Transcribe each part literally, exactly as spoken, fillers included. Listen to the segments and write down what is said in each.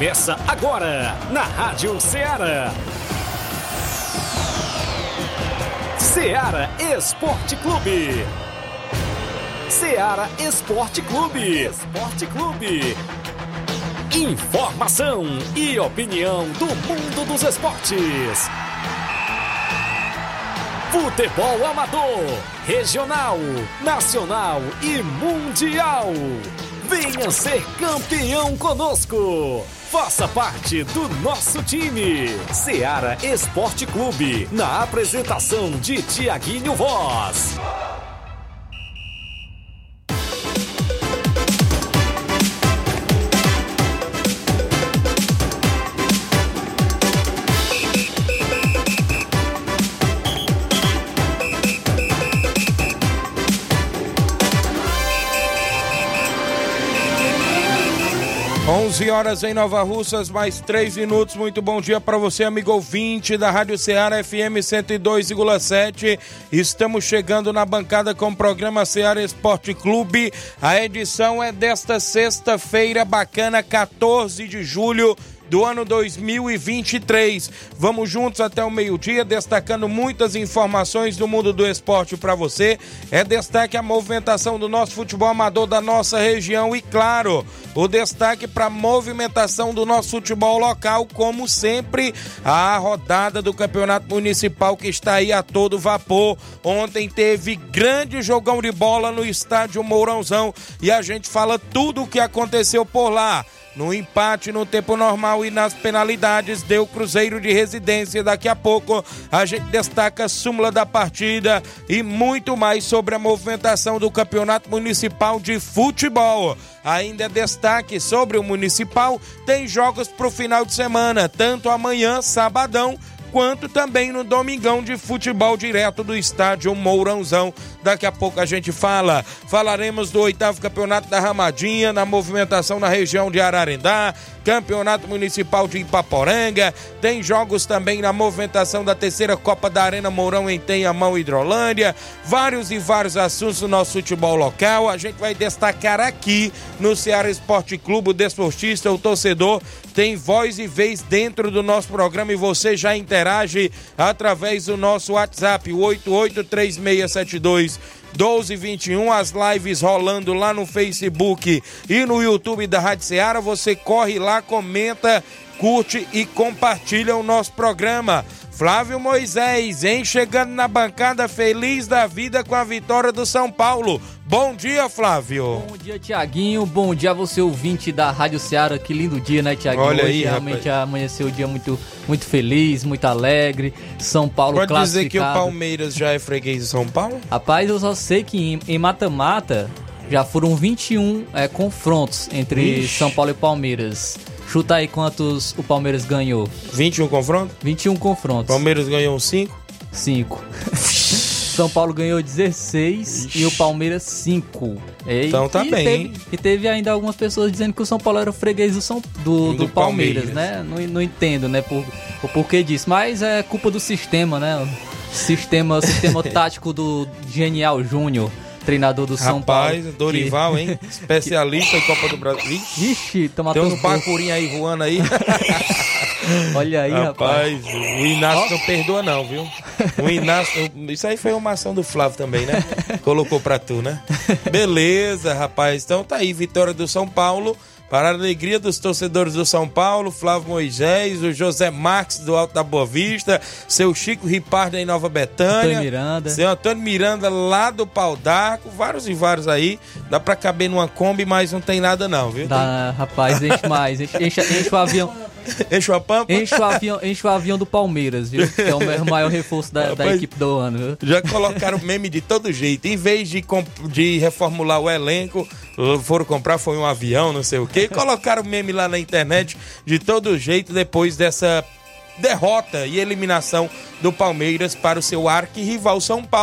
Começa agora na Rádio Ceará. Ceará Esporte Clube. Ceará Esporte Clube. Esporte Clube. Informação e opinião do mundo dos esportes. Futebol amador, regional, nacional e mundial. Venha ser campeão conosco. Faça parte do nosso time. Ceará Esporte Clube, na apresentação de Tiaguinho Voz. onze horas em Nova Russas, mais três minutos. Muito bom dia para você, amigo ouvinte da Rádio Ceará F M cento e dois vírgula sete. Estamos chegando na bancada com o programa Ceará Esporte Clube. A edição é desta sexta-feira bacana, quatorze de julho do ano dois mil e vinte e três. Vamos juntos até o meio-dia, destacando muitas informações do mundo do esporte para você. É destaque a movimentação do nosso futebol amador da nossa região e, claro, o destaque para a movimentação do nosso futebol local, como sempre, a rodada do Campeonato Municipal que está aí a todo vapor. Ontem teve grande jogão de bola no estádio Mourãozão e a gente fala tudo o que aconteceu por lá. No empate, no tempo normal e nas penalidades, deu Cruzeiro de Residência. Daqui a pouco a gente destaca a súmula da partida e muito mais sobre a movimentação do Campeonato Municipal de Futebol. Ainda é destaque sobre o Municipal, tem jogos para o final de semana, tanto amanhã, sabadão, quanto também no domingão de futebol direto do estádio Mourãozão. Daqui a pouco a gente fala, falaremos do oitavo campeonato da Ramadinha, na movimentação na região de Ararendá, campeonato municipal de Ipaporanga, tem jogos também na movimentação da terceira Copa da Arena Mourão em Tenhamão, Hidrolândia, vários e vários assuntos do nosso futebol local. A gente vai destacar aqui no Ceará Esporte Clube. O desportista, o torcedor, tem voz e vez dentro do nosso programa e você já interage através do nosso WhatsApp, o oito oito três seis sete dois doze vinte e um, as lives rolando lá no Facebook e no YouTube da Rádio Ceará. Você corre lá, comenta, curte e compartilha o nosso programa. Flávio Moisés, vem chegando na bancada feliz da vida com a vitória do São Paulo. Bom dia, Flávio. Bom dia, Tiaguinho. Bom dia a você, ouvinte da Rádio Ceará. Que lindo dia, né, Tiaguinho? Olha Hoje aí, realmente rapaz. Amanheceu o dia muito, muito feliz, muito alegre. São Paulo Pode classificado. dizer que o Palmeiras já é freguês de São Paulo? Rapaz, eu só sei que em, em mata-mata já foram vinte e um é, confrontos entre Ixi. São Paulo e Palmeiras. Chuta aí quantos o Palmeiras ganhou. vinte e um confrontos? vinte e um confrontos. Palmeiras ganhou uns cinco? cinco. São Paulo ganhou dezesseis. Ixi. E o Palmeiras cinco. E, então tá e bem. Teve, e teve ainda algumas pessoas dizendo que o São Paulo era o freguês do, São, do, do, do Palmeiras, Palmeiras, né? Não, não entendo, né, por, o porquê disso. Mas é culpa do sistema, né? O sistema, o sistema tático do Genial Júnior, treinador do São Paulo. Rapaz, Dorival, que... hein? Especialista que... em Copa do Brasil. Ixi, toma tem uns bacurinhos aí voando aí. Olha aí, rapaz. Rapaz, o Inácio oh. não perdoa não, viu? O Inácio, isso aí foi uma ação do Flávio também, né? Colocou pra tu, né? Beleza, rapaz. Então tá aí, vitória do São Paulo. Para a alegria dos torcedores do São Paulo, Flávio Moisés, o José Marques do Alto da Boa Vista, seu Chico Ripardo em Nova Betânia, Antônio Miranda. seu Antônio Miranda lá do Pau d'Arco, vários e vários aí. Dá pra caber numa Kombi, mas não tem nada não, viu? Dá, tem... rapaz, enche mais, enche, enche, enche o avião. Enche o pampa? Enche o avião, enche o avião do Palmeiras, viu? Que é o maior reforço da, da equipe do ano, viu? Já colocaram meme de todo jeito. Em vez de, comp- de reformular o elenco, foram comprar, foi um avião, não sei o quê. Colocaram meme lá na internet de todo jeito depois dessa derrota e eliminação do Palmeiras para o seu arquirrival São Paulo.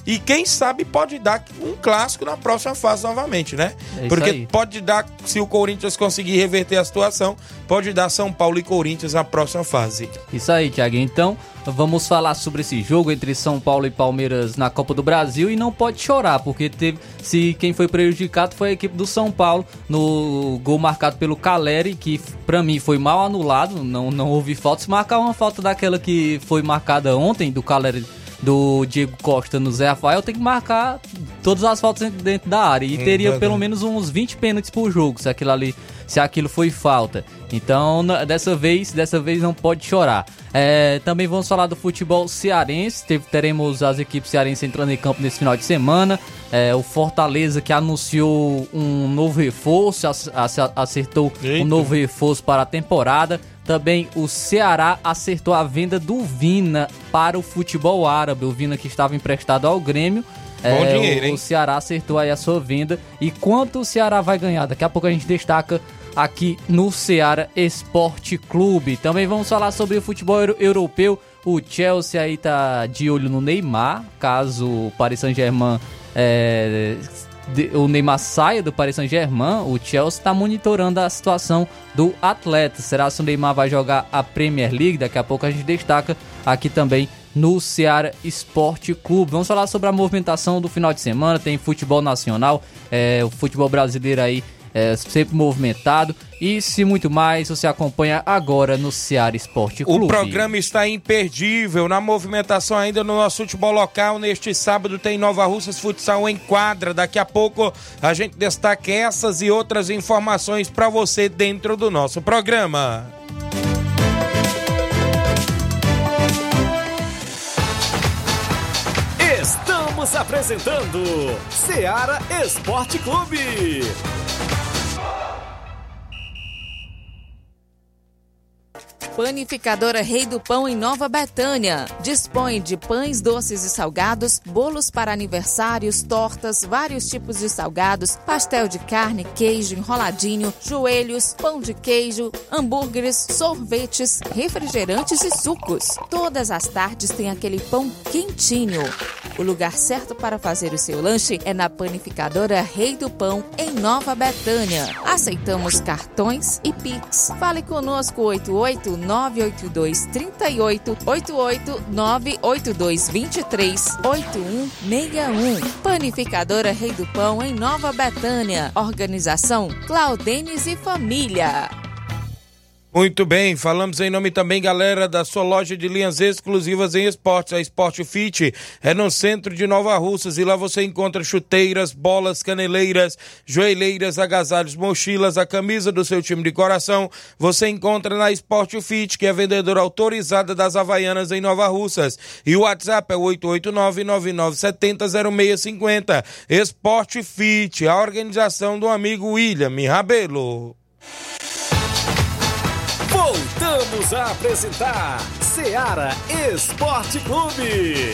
e quem sabe pode dar um clássico na próxima fase novamente, né? É Porque aí. pode dar, se o Corinthians conseguir reverter a situação, pode dar São Paulo e Corinthians na próxima fase. Isso aí, Thiago. Então, vamos falar sobre esse jogo entre São Paulo e Palmeiras na Copa do Brasil, e não pode chorar, porque teve, se quem foi prejudicado foi a equipe do São Paulo no gol marcado pelo Caleri, que pra mim foi mal anulado, não, não houve falta. Se marcar uma falta daquela que foi marcada ontem do Caleri, do Diego Costa no Zé Rafael, tem que marcar todas as faltas dentro da área, e teria pelo menos uns vinte pênaltis por jogo se aquilo ali, se aquilo foi falta. Então, dessa vez, dessa vez não pode chorar. É, também vamos falar do futebol cearense. Teve, teremos as equipes cearenses entrando em campo nesse final de semana. É, o Fortaleza, que anunciou um novo reforço, acertou Eita. um novo reforço para a temporada. Também o Ceará acertou a venda do Vina para o futebol árabe. O Vina que estava emprestado ao Grêmio. Bom é, dinheiro, o, hein? o Ceará acertou aí a sua venda. E quanto o Ceará vai ganhar? Daqui a pouco a gente destaca aqui no Ceará Esporte Clube. Também vamos falar sobre o futebol euro- europeu. O Chelsea aí tá de olho no Neymar, caso o Paris Saint-Germain é, de, o Neymar saia do Paris Saint-Germain. O Chelsea está monitorando a situação do atleta. Será se o Neymar vai jogar a Premier League? Daqui a pouco a gente destaca aqui também no Ceará Esporte Clube. Vamos falar sobre a movimentação do final de semana. Tem futebol nacional, é, o futebol brasileiro aí é sempre movimentado, e se muito mais você acompanha agora no Ceará Esporte Clube. O programa está imperdível na movimentação ainda no nosso futebol local. Neste sábado tem Nova Russas Futsal em quadra. Daqui a pouco a gente destaca essas e outras informações para você dentro do nosso programa. Estamos apresentando Ceará Esporte Clube. Panificadora Rei do Pão em Nova Betânia. Dispõe de pães doces e salgados, bolos para aniversários, tortas, vários tipos de salgados, pastel de carne, queijo, enroladinho, joelhos, pão de queijo, hambúrgueres, sorvetes, refrigerantes e sucos. Todas as tardes tem aquele pão quentinho. O lugar certo para fazer o seu lanche é na Panificadora Rei do Pão, em Nova Betânia. Aceitamos cartões e Pix. Fale conosco oito oito nove oito dois três oito, oito oito nove oito dois dois três, oito um seis um. Panificadora Rei do Pão, em Nova Betânia. Organização Claudenes e Família. Muito bem, falamos em nome também, galera, da sua loja de linhas exclusivas em esportes, a Sport Fit, é no centro de Nova Russas, e lá você encontra chuteiras, bolas, caneleiras, joelheiras, agasalhos, mochilas, a camisa do seu time de coração, você encontra na Sport Fit, que é vendedora autorizada das Havaianas em Nova Russas, e o WhatsApp é oito oito nove, nove nove sete zero, zero seis cinco zero. Sport Fit, a organização do amigo William Rabelo. Voltamos a apresentar Ceará Esporte Clube.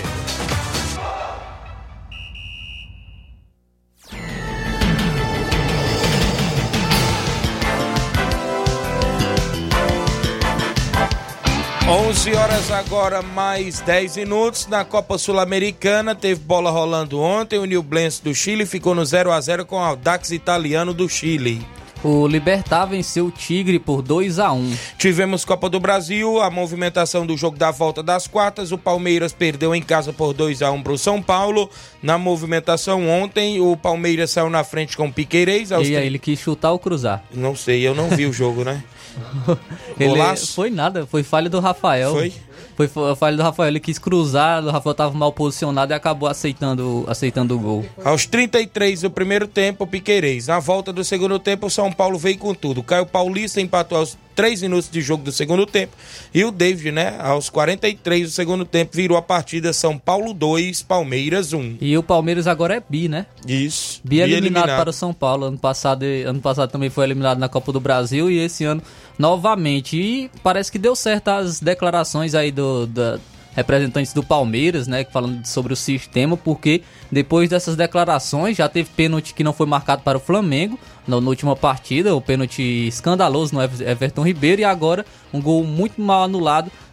onze horas agora, mais dez minutos. Na Copa Sul-Americana teve bola rolando ontem. O Nublense do Chile ficou no zero a zero com o Audax Italiano do Chile. O Libertad venceu o Tigre por dois a um. Tivemos Copa do Brasil, a movimentação do jogo da volta das quartas. O Palmeiras perdeu em casa por dois a um para o São Paulo. Na movimentação ontem, o Palmeiras saiu na frente com o Piquerez. E aí, tre... ele quis chutar ou cruzar? Não sei, eu não vi o jogo, né? Ele... Golaço? Foi nada, foi falha do Rafael. Foi? Foi falha do Rafael, ele quis cruzar, o Rafael estava mal posicionado e acabou aceitando, aceitando o gol. Aos trinta e três do primeiro tempo, o Piquerez. Na volta do segundo tempo, o São Paulo veio com tudo. Caio Paulista empatou aos três minutos de jogo do segundo tempo. E o David, né, aos quarenta e três do segundo tempo, virou a partida. São Paulo dois, Palmeiras um. E o Palmeiras agora é bi, né? Isso. Bi eliminado, eliminado para o São Paulo. Ano passado, ano passado também foi eliminado na Copa do Brasil e esse ano novamente. E parece que deu certo as declarações aí do... da representantes do Palmeiras, né, falando sobre o sistema, porque depois dessas declarações já teve pênalti que não foi marcado para o Flamengo na, na última partida, o pênalti escandaloso no Everton Ribeiro, e agora um gol muito mal anulado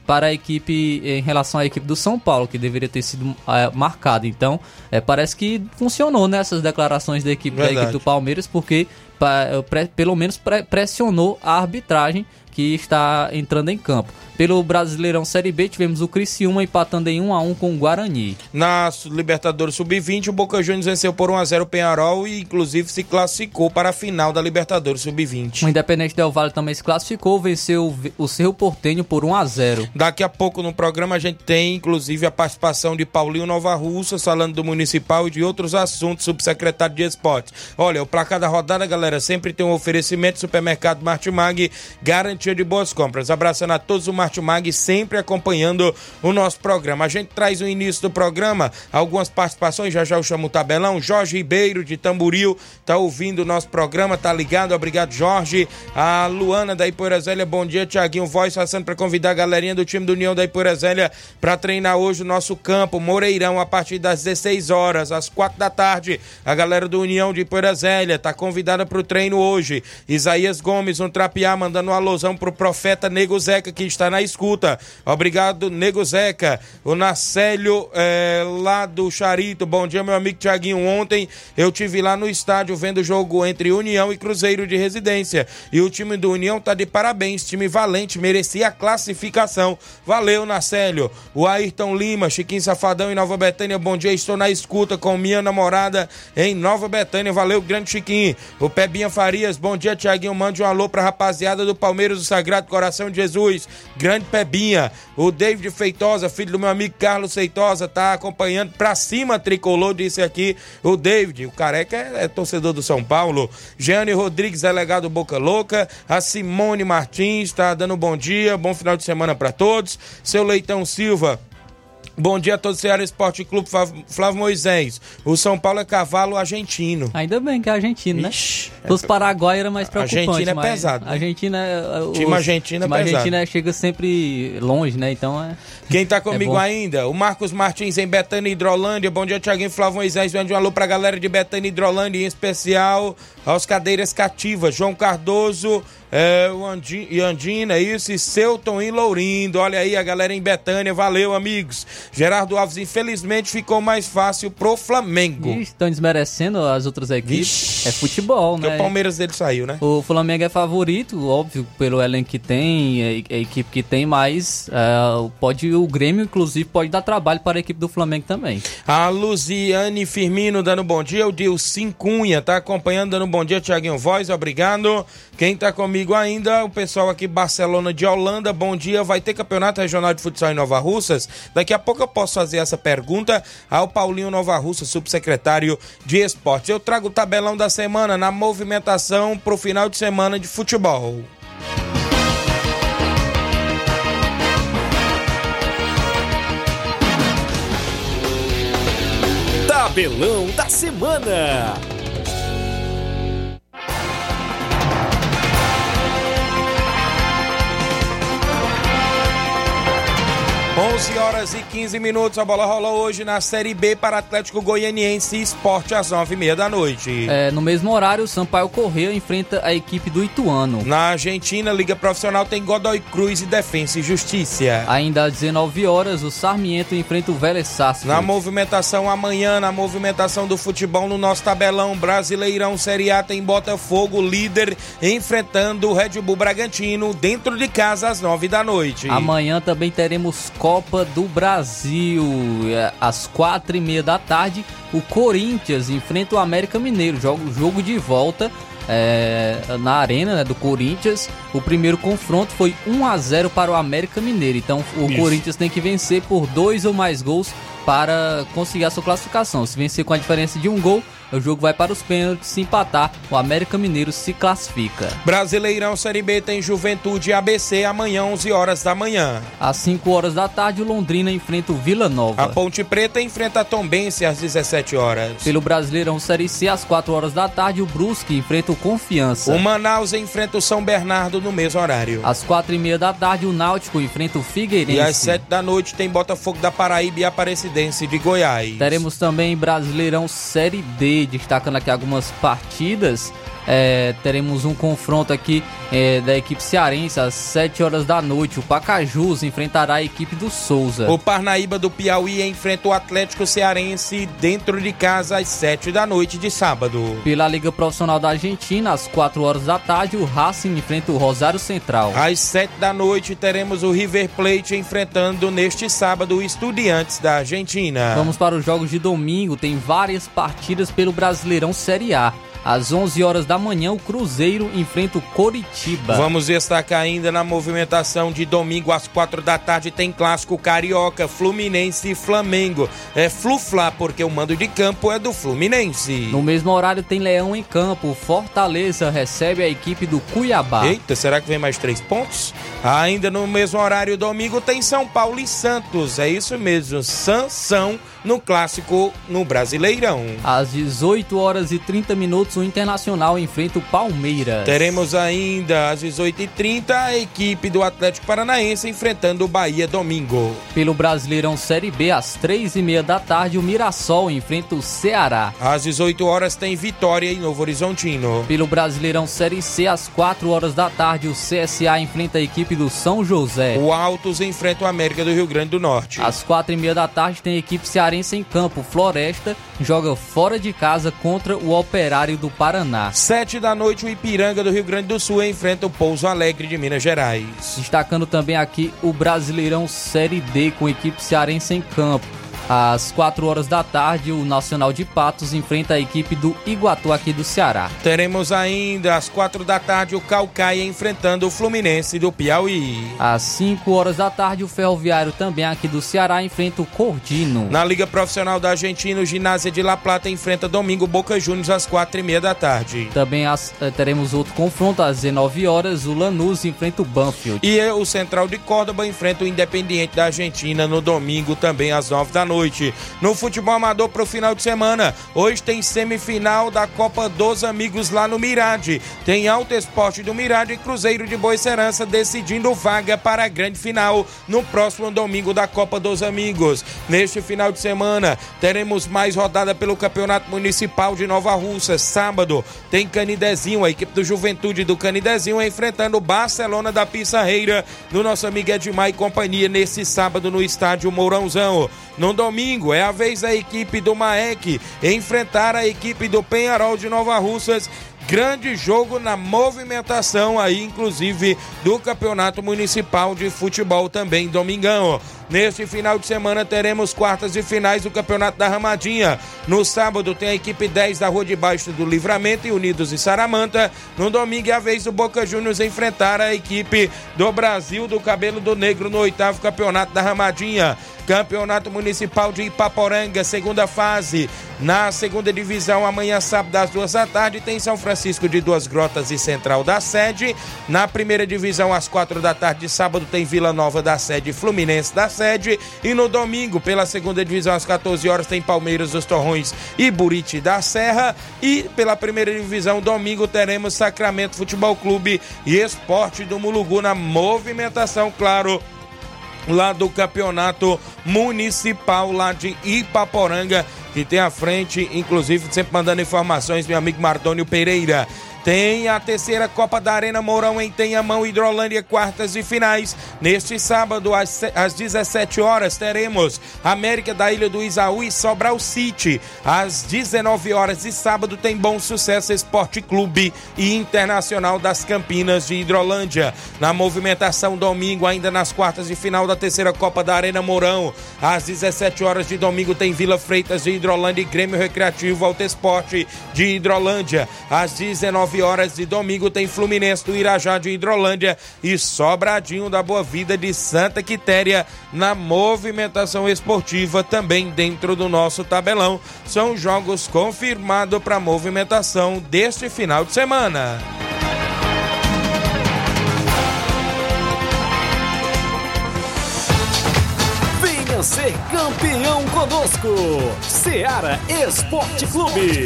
para a equipe, em relação à equipe do São Paulo, que deveria ter sido é, marcado. Então, é, parece que funcionou nessas declarações da equipe, da equipe do Palmeiras, porque pra, pre, pelo menos pre, pressionou a arbitragem que está entrando em campo. Pelo Brasileirão Série B, tivemos o Criciúma empatando em um a um com o Guarani. Na Libertadores sub vinte, o Boca Juniors venceu por um a zero o Peñarol e inclusive se classificou para a final da Libertadores sub vinte. O Independente Del Valle também se classificou, venceu o Cerro Porteño por um a zero. Daqui a pouco no programa a gente tem inclusive a participação de Paulinho Nova Russas, falando do Municipal e de outros assuntos, subsecretário de Esportes. Olha, o placar da rodada, galera, sempre tem um oferecimento, supermercado Martimag, garantia de boas compras. Abraçando a todos o Martimag, sempre acompanhando o nosso programa. A gente traz no início do programa algumas participações, já já eu chamo o tabelão. Jorge Ribeiro de Tamboril tá ouvindo o nosso programa, tá ligado? Obrigado, Jorge. A Luana da Ipoeira Zélia, bom dia. Tiaguinho Voz passando para convidar a galerinha do time do União da Ipoeira Zélia para treinar hoje o nosso campo Moreirão a partir das dezesseis horas, às quatro da tarde. A galera do União de Ipoeira Zélia tá convidada pro treino hoje. Isaías Gomes, um trapiá, mandando um alusão pro profeta Nego Zeca, que está na escuta. Obrigado, Nego Zeca. O Nacélio é, lá do Charito, bom dia, meu amigo Tiaguinho. Ontem eu tive lá no estádio vendo o jogo entre União e Cruzeiro de Residência, e o time do União tá de parabéns, time valente, merecia a classificação. Valeu, Nacélio. O Ayrton Lima, Chiquinho Safadão em Nova Betânia, bom dia, estou na escuta com minha namorada em Nova Betânia. Valeu, grande Chiquinho. O Pebinha Farias, bom dia, Tiaguinho, mande um alô pra rapaziada do Palmeiras do Sagrado Coração de Jesus, grande Pebinha. O David Feitosa, filho do meu amigo Carlos Feitosa, tá acompanhando pra cima, tricolor, disse aqui o David. O careca é, é torcedor do São Paulo. Jeane Rodrigues, delegado Boca Louca. A Simone Martins tá dando bom dia, bom final de semana pra todos. Seu Leitão Silva, bom dia a todos, Ceará Esporte Clube. Flávio Moisés, o São Paulo é cavalo argentino. Ainda bem que é argentino, né? Ixi, os é... Paraguai era mais preocupante. Argentina é pesado, né? Argentina é... O time argentino é pesado. A Argentina chega sempre longe, né? Então é... Quem tá comigo é ainda? O Marcos Martins em Betânia, Hidrolândia. Bom dia, Tiaguinho, Flávio Moisés. Vende um alô pra galera de Betânia, Hidrolândia, em especial aos cadeiras cativas. João Cardoso, é, o Andi, e Andina, isso, e Celton e Lourindo. Olha aí a galera em Betânia, valeu, amigos. Gerardo Alves, infelizmente, ficou mais fácil pro Flamengo. Ih, estão desmerecendo as outras equipes. Ixi, é futebol, né? Porque o Palmeiras dele saiu, né? O Flamengo é favorito, óbvio, pelo elenco que tem, a, a equipe que tem, mas uh, pode, o Grêmio, inclusive, pode dar trabalho para a equipe do Flamengo também. A Luziane Firmino dando bom dia, o Dilcim Cunha tá acompanhando, dando bom dia, Tiaguinho Voz, obrigado. Quem tá comigo ainda, o pessoal aqui, Barcelona de Holanda, bom dia. Vai ter campeonato regional de futsal em Nova Russas? Daqui a pouco eu posso fazer essa pergunta ao Paulinho Nova Russa, subsecretário de Esportes. Eu trago o tabelão da semana na movimentação pro final de semana de futebol. Tabelão da semana. onze horas e quinze minutos, a bola rola hoje na Série B para Atlético Goianiense e Sport às nove e meia da noite. É, no mesmo horário, o Sampaio Corrêa enfrenta a equipe do Ituano. Na Argentina, Liga Profissional tem Godoy Cruz e Defensa e Justiça. Ainda às dezenove horas, o Sarmiento enfrenta o Vélez Sarsfield. Na movimentação amanhã, na movimentação do futebol no nosso tabelão, Brasileirão Série A tem Botafogo, líder, enfrentando o Red Bull Bragantino dentro de casa às nove da noite. Amanhã também teremos Copa do Brasil, às quatro e meia da tarde, o Corinthians enfrenta o América Mineiro, jogo, jogo de volta é, na arena, né, do Corinthians. O primeiro confronto foi um a zero para o América Mineiro, então o Isso. Corinthians tem que vencer por dois ou mais gols para conseguir a sua classificação. Se vencer com a diferença de um gol, o jogo vai para os pênaltis. Se empatar, o América Mineiro se classifica. Brasileirão Série B tem Juventude e A B C amanhã, onze horas da manhã. Às cinco horas da tarde, o Londrina enfrenta o Vila Nova. A Ponte Preta enfrenta a Tombense às dezessete horas. Pelo Brasileirão Série C, às quatro horas da tarde, o Brusque enfrenta o Confiança. O Manaus enfrenta o São Bernardo no mesmo horário. Às quatro e meia da tarde, o Náutico enfrenta o Figueirense. E às sete da noite tem Botafogo da Paraíba e Aparecidense de Goiás. Teremos também Brasileirão Série D, destacando aqui algumas partidas. É, teremos um confronto aqui é, da equipe cearense às sete horas da noite. O Pacajus enfrentará a equipe do Souza. O Parnaíba do Piauí enfrenta o Atlético Cearense dentro de casa às sete da noite de sábado. Pela Liga Profissional da Argentina, às quatro horas da tarde, o Racing enfrenta o Rosário Central. Às sete da noite teremos o River Plate enfrentando neste sábado o Estudiantes da Argentina. Vamos para os jogos de domingo, tem várias partidas pelo Brasileirão Série A. Às onze horas da manhã, o Cruzeiro enfrenta o Coritiba. Vamos destacar ainda na movimentação de domingo às quatro da tarde tem clássico carioca, Fluminense e Flamengo. É Flu-Fla, porque o mando de campo é do Fluminense. No mesmo horário tem Leão em campo, Fortaleza recebe a equipe do Cuiabá. Eita, será que vem mais três pontos? Ainda no mesmo horário domingo tem São Paulo e Santos, é isso mesmo, Sansão no clássico no Brasileirão. Às dezoito horas e trinta minutos, o Internacional enfrenta o Palmeiras. Teremos ainda às dezoito e trinta a equipe do Atlético Paranaense enfrentando o Bahia domingo. Pelo Brasileirão Série B, às três e meia da tarde, o Mirassol enfrenta o Ceará. Às dezoito horas tem Vitória e Novo Horizontino. Pelo Brasileirão Série C, às quatro horas da tarde, o C S A enfrenta a equipe do São José. O Altos enfrenta o América do Rio Grande do Norte. Às quatro e meia da tarde tem a equipe cearense em campo. Floresta joga fora de casa contra o Operário do Paraná. Sete da noite, o Ipiranga do Rio Grande do Sul enfrenta o Pouso Alegre de Minas Gerais. Destacando também aqui o Brasileirão Série D com a equipe cearense em campo. Às quatro horas da tarde, o Nacional de Patos enfrenta a equipe do Iguatu aqui do Ceará. Teremos ainda às quatro da tarde o Caucaia enfrentando o Fluminense do Piauí. Às cinco horas da tarde, o Ferroviário também aqui do Ceará enfrenta o Cordino. Na Liga Profissional da Argentina, o Ginásio de La Plata enfrenta domingo Boca Juniors às quatro e meia da tarde. Também as, teremos outro confronto às dezenove horas, o Lanús enfrenta o Banfield. E o Central de Córdoba enfrenta o Independiente da Argentina no domingo também às nove da noite. Noite. No futebol amador para o final de semana, hoje tem semifinal da Copa dos Amigos lá no Mirade. Tem Alto Esporte do Mirade e Cruzeiro de Boa Serança decidindo vaga para a grande final no próximo domingo da Copa dos Amigos. Neste final de semana, teremos mais rodada pelo Campeonato Municipal de Nova Russa. Sábado, tem Canidezinho, a equipe do Juventude do Canidezinho enfrentando o Barcelona da Pissarreira, no nosso amigo Edmar e companhia, nesse sábado no estádio Mourãozão. No domingo, é a vez da equipe do Maek enfrentar a equipe do Penharol de Nova Russas. Grande jogo na movimentação aí, inclusive, do Campeonato Municipal de Futebol também, domingão. Neste final de semana teremos quartas e finais do Campeonato da Ramadinha. No sábado tem a equipe dez da Rua de Baixo do Livramento e Unidos e Saramanta. No domingo é a vez do Boca Juniors enfrentar a equipe do Brasil do Cabelo do Negro no oitavo Campeonato da Ramadinha. Campeonato Municipal de Ipaporanga, segunda fase. Na segunda divisão, amanhã sábado às duas da tarde, tem São Francisco de Duas Grotas e Central da Sede. Na primeira divisão, às quatro da tarde, sábado, tem Vila Nova da Sede e Fluminense da Sede. E no domingo, pela segunda divisão, às quatorze horas, tem Palmeiras dos Torrões e Buriti da Serra. E pela primeira divisão, domingo, teremos Sacramento Futebol Clube e Esporte do Mulugu na movimentação, claro, lá do Campeonato Municipal lá de Ipaporanga, que tem à frente, inclusive, sempre mandando informações, meu amigo Mardônio Pereira. Tem a terceira Copa da Arena Mourão em Tenhamão, Hidrolândia, quartas e finais. Neste sábado, às, às dezessete horas, teremos América da Ilha do Isaú e Sobral City. Às dezenove horas de sábado, tem Bom Sucesso Esporte Clube e Internacional das Campinas de Hidrolândia. Na movimentação, domingo, ainda nas quartas de final da terceira Copa da Arena Mourão. Às dezessete horas de domingo, tem Vila Freitas de Hidrolândia e Grêmio Recreativo Alto Esporte de Hidrolândia. Às dezenove horas de domingo tem Fluminense do Irajá de Hidrolândia e Sobradinho da Boa Vida de Santa Quitéria na movimentação esportiva também dentro do nosso tabelão. São jogos confirmados para movimentação deste final de semana. Venha ser campeão conosco, Ceará Esporte Clube.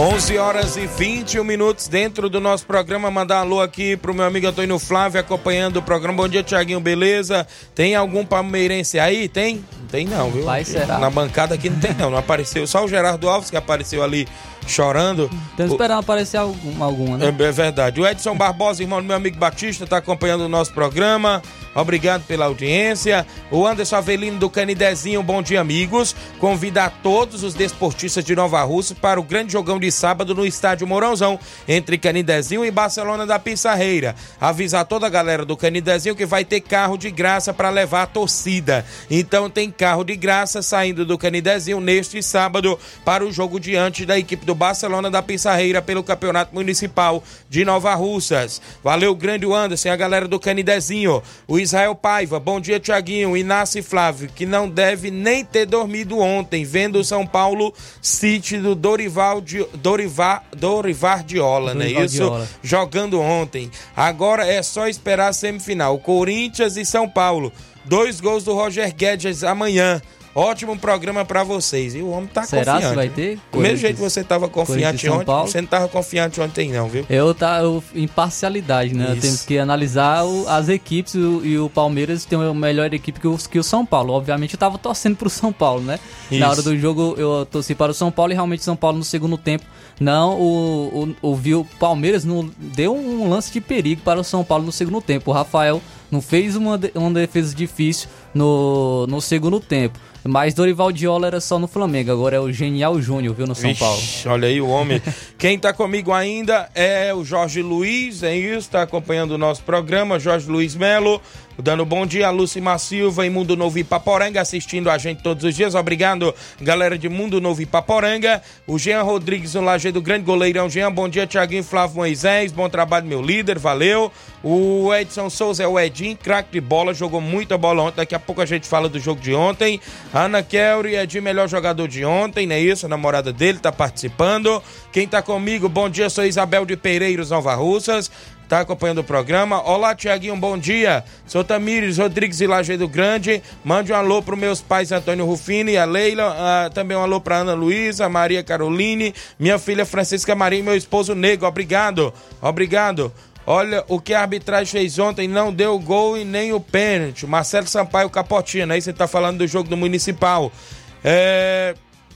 onze horas e vinte e um minutos dentro do nosso programa. Mandar um alô aqui pro meu amigo Antônio Flávio acompanhando o programa. Bom dia, Tiaguinho, beleza? Tem algum palmeirense aí? Tem? Não tem não, viu? Vai, será? Na bancada aqui não tem não, não apareceu. Só o Gerardo Alves que apareceu ali chorando. Estamos esperando aparecer algum, alguma, né? É, é verdade. O Edson Barbosa, irmão do meu amigo Batista, está acompanhando o nosso programa. Obrigado pela audiência. O Anderson Avelino do Canidezinho, bom dia, amigos. Convida a todos os desportistas de Nova Russa para o grande jogão de sábado no estádio Mourãozão, entre Canidezinho e Barcelona da Pissarreira. Avisa a toda a galera do Canidezinho que vai ter carro de graça para levar a torcida. Então tem carro de graça saindo do Canidezinho neste sábado para o jogo diante da equipe do Barcelona da Pissarreira pelo Campeonato Municipal de Nova Russas. Valeu, grande Anderson, a galera do Canidezinho. O Israel Paiva, bom dia, Tiaguinho, Inácio e Flávio, que não deve nem ter dormido ontem, vendo o São Paulo City do Dorival, Di, Dorival, Dorival Diola, não é isso? Diola. Jogando ontem. Agora é só esperar a semifinal. Corinthians e São Paulo. Dois gols do Roger Guedes amanhã. Ótimo programa pra vocês. E o homem tá Será confiante. Será que vai ter? Do mesmo jeito que você tava confiante ontem, você não tava confiante ontem não, viu? Eu tá eu, imparcialidade, né? Isso. Temos que analisar o, as equipes o, e o Palmeiras tem uma melhor equipe que o, que o São Paulo. Obviamente eu tava torcendo pro São Paulo, né? Isso. Na hora do jogo eu torci para o São Paulo e realmente o São Paulo no segundo tempo não, o, o, o, o Palmeiras não deu um lance de perigo para o São Paulo no segundo tempo. O Rafael não fez uma, uma defesa difícil no, no segundo tempo. Mas Dorival Diola era só no Flamengo, agora é o Genial Júnior, viu, no São Paulo. Ixi, olha aí o homem. Quem tá comigo ainda é o Jorge Luiz, é isso, tá acompanhando o nosso programa, Jorge Luiz Melo, dando bom dia a Lucimar Silva em Mundo Novo Ipaporanga, assistindo a gente todos os dias. Obrigado, galera de Mundo Novo Ipaporanga. O Jean Rodrigues, no Lajeado Grande, goleirão Jean. Bom dia, Tiaguinho, Flávio Moisés. Bom trabalho, meu líder, valeu. O Edson Souza é o Edinho, craque de bola, jogou muita bola ontem. Daqui a pouco a gente fala do jogo de ontem. Ana Kelly é de melhor jogador de ontem, não é isso? A namorada dele tá participando. Quem tá comigo, bom dia, sou Isabel de Pereiros, Nova Russas. Tá acompanhando o programa. Olá, Tiaguinho, bom dia. Sou Tamires Rodrigues e Lajeado Grande. Mande um alô para meus pais Antônio Rufino e a Leila. Uh, também um alô para Ana Luísa, Maria Caroline, minha filha Francisca Maria e meu esposo Nego. Obrigado, obrigado. Olha, o que a arbitragem fez ontem não deu gol e nem o pênalti. Marcelo Sampaio Capotina, aí você tá falando do jogo do Municipal. É...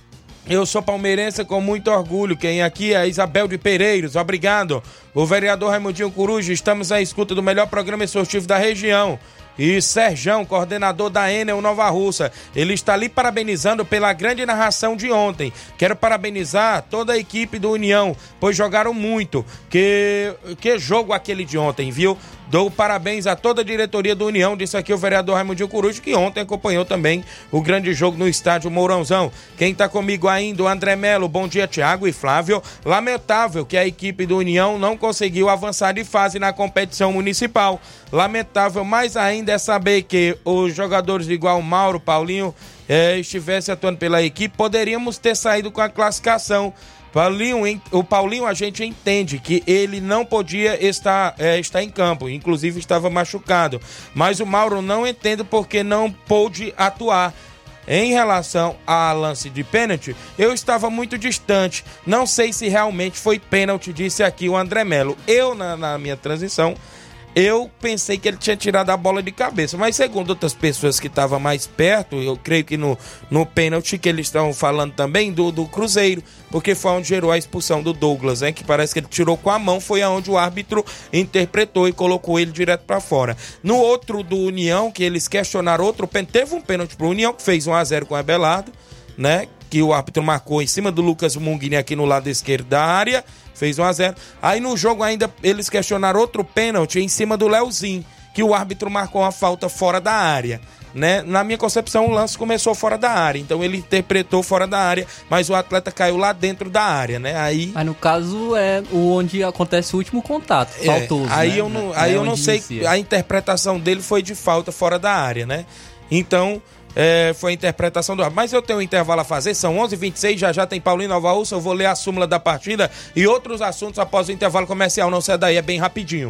Eu sou palmeirense com muito orgulho. Quem aqui é Isabel de Pereiros, obrigado. O vereador Raimundinho Coruja, estamos à escuta do melhor programa esportivo da região. E Serjão, coordenador da Enel Nova Russa, ele está ali parabenizando pela grande narração de ontem. Quero parabenizar toda a equipe do União, pois jogaram muito. Que, que jogo aquele de ontem, viu? Dou parabéns a toda a diretoria do União, disse aqui o vereador Raimundinho Coruja, que ontem acompanhou também o grande jogo no estádio Mourãozão. Quem está comigo ainda, o André Melo, bom dia, Tiago e Flávio. Lamentável que a equipe do União não conseguiu avançar de fase na competição municipal. Lamentável mais ainda é saber que os jogadores igual Mauro, Paulinho, eh, estivessem atuando pela equipe, poderíamos ter saído com a classificação. Paulinho, o Paulinho, a gente entende que ele não podia estar, é, estar em campo, inclusive estava machucado. Mas o Mauro não entendo porque não pôde atuar. Em relação a lance de pênalti, eu estava muito distante. Não sei se realmente foi pênalti, disse aqui o André Melo. Eu, na, na minha transição, eu pensei que ele tinha tirado a bola de cabeça, mas segundo outras pessoas que estavam mais perto, eu creio que no, no pênalti que eles estão falando também do, do Cruzeiro, porque foi onde gerou a expulsão do Douglas, né, que parece que ele tirou com a mão, foi aonde o árbitro interpretou e colocou ele direto para fora. No outro do União, que eles questionaram outro pênalti, teve um pênalti pro União, que fez um a zero com o Abelardo, né, que o árbitro marcou em cima do Lucas Munguini aqui no lado esquerdo da área, fez um a zero. Aí no jogo ainda eles questionaram outro pênalti em cima do Leozinho, que o árbitro marcou uma falta fora da área, né? Na minha concepção o lance começou fora da área, então ele interpretou fora da área, mas o atleta caiu lá dentro da área, né? Aí, mas no caso é onde acontece o último contato, faltoso, é, aí né? eu não, aí é eu não sei, inicia. A interpretação dele foi de falta fora da área, né? Então É, foi a interpretação do árbitro. Mas eu tenho um intervalo a fazer, são onze e vinte e seis, já já tem Paulinho Nova Russa, eu vou ler a súmula da partida e outros assuntos após o intervalo comercial. Não sai daí, é bem rapidinho.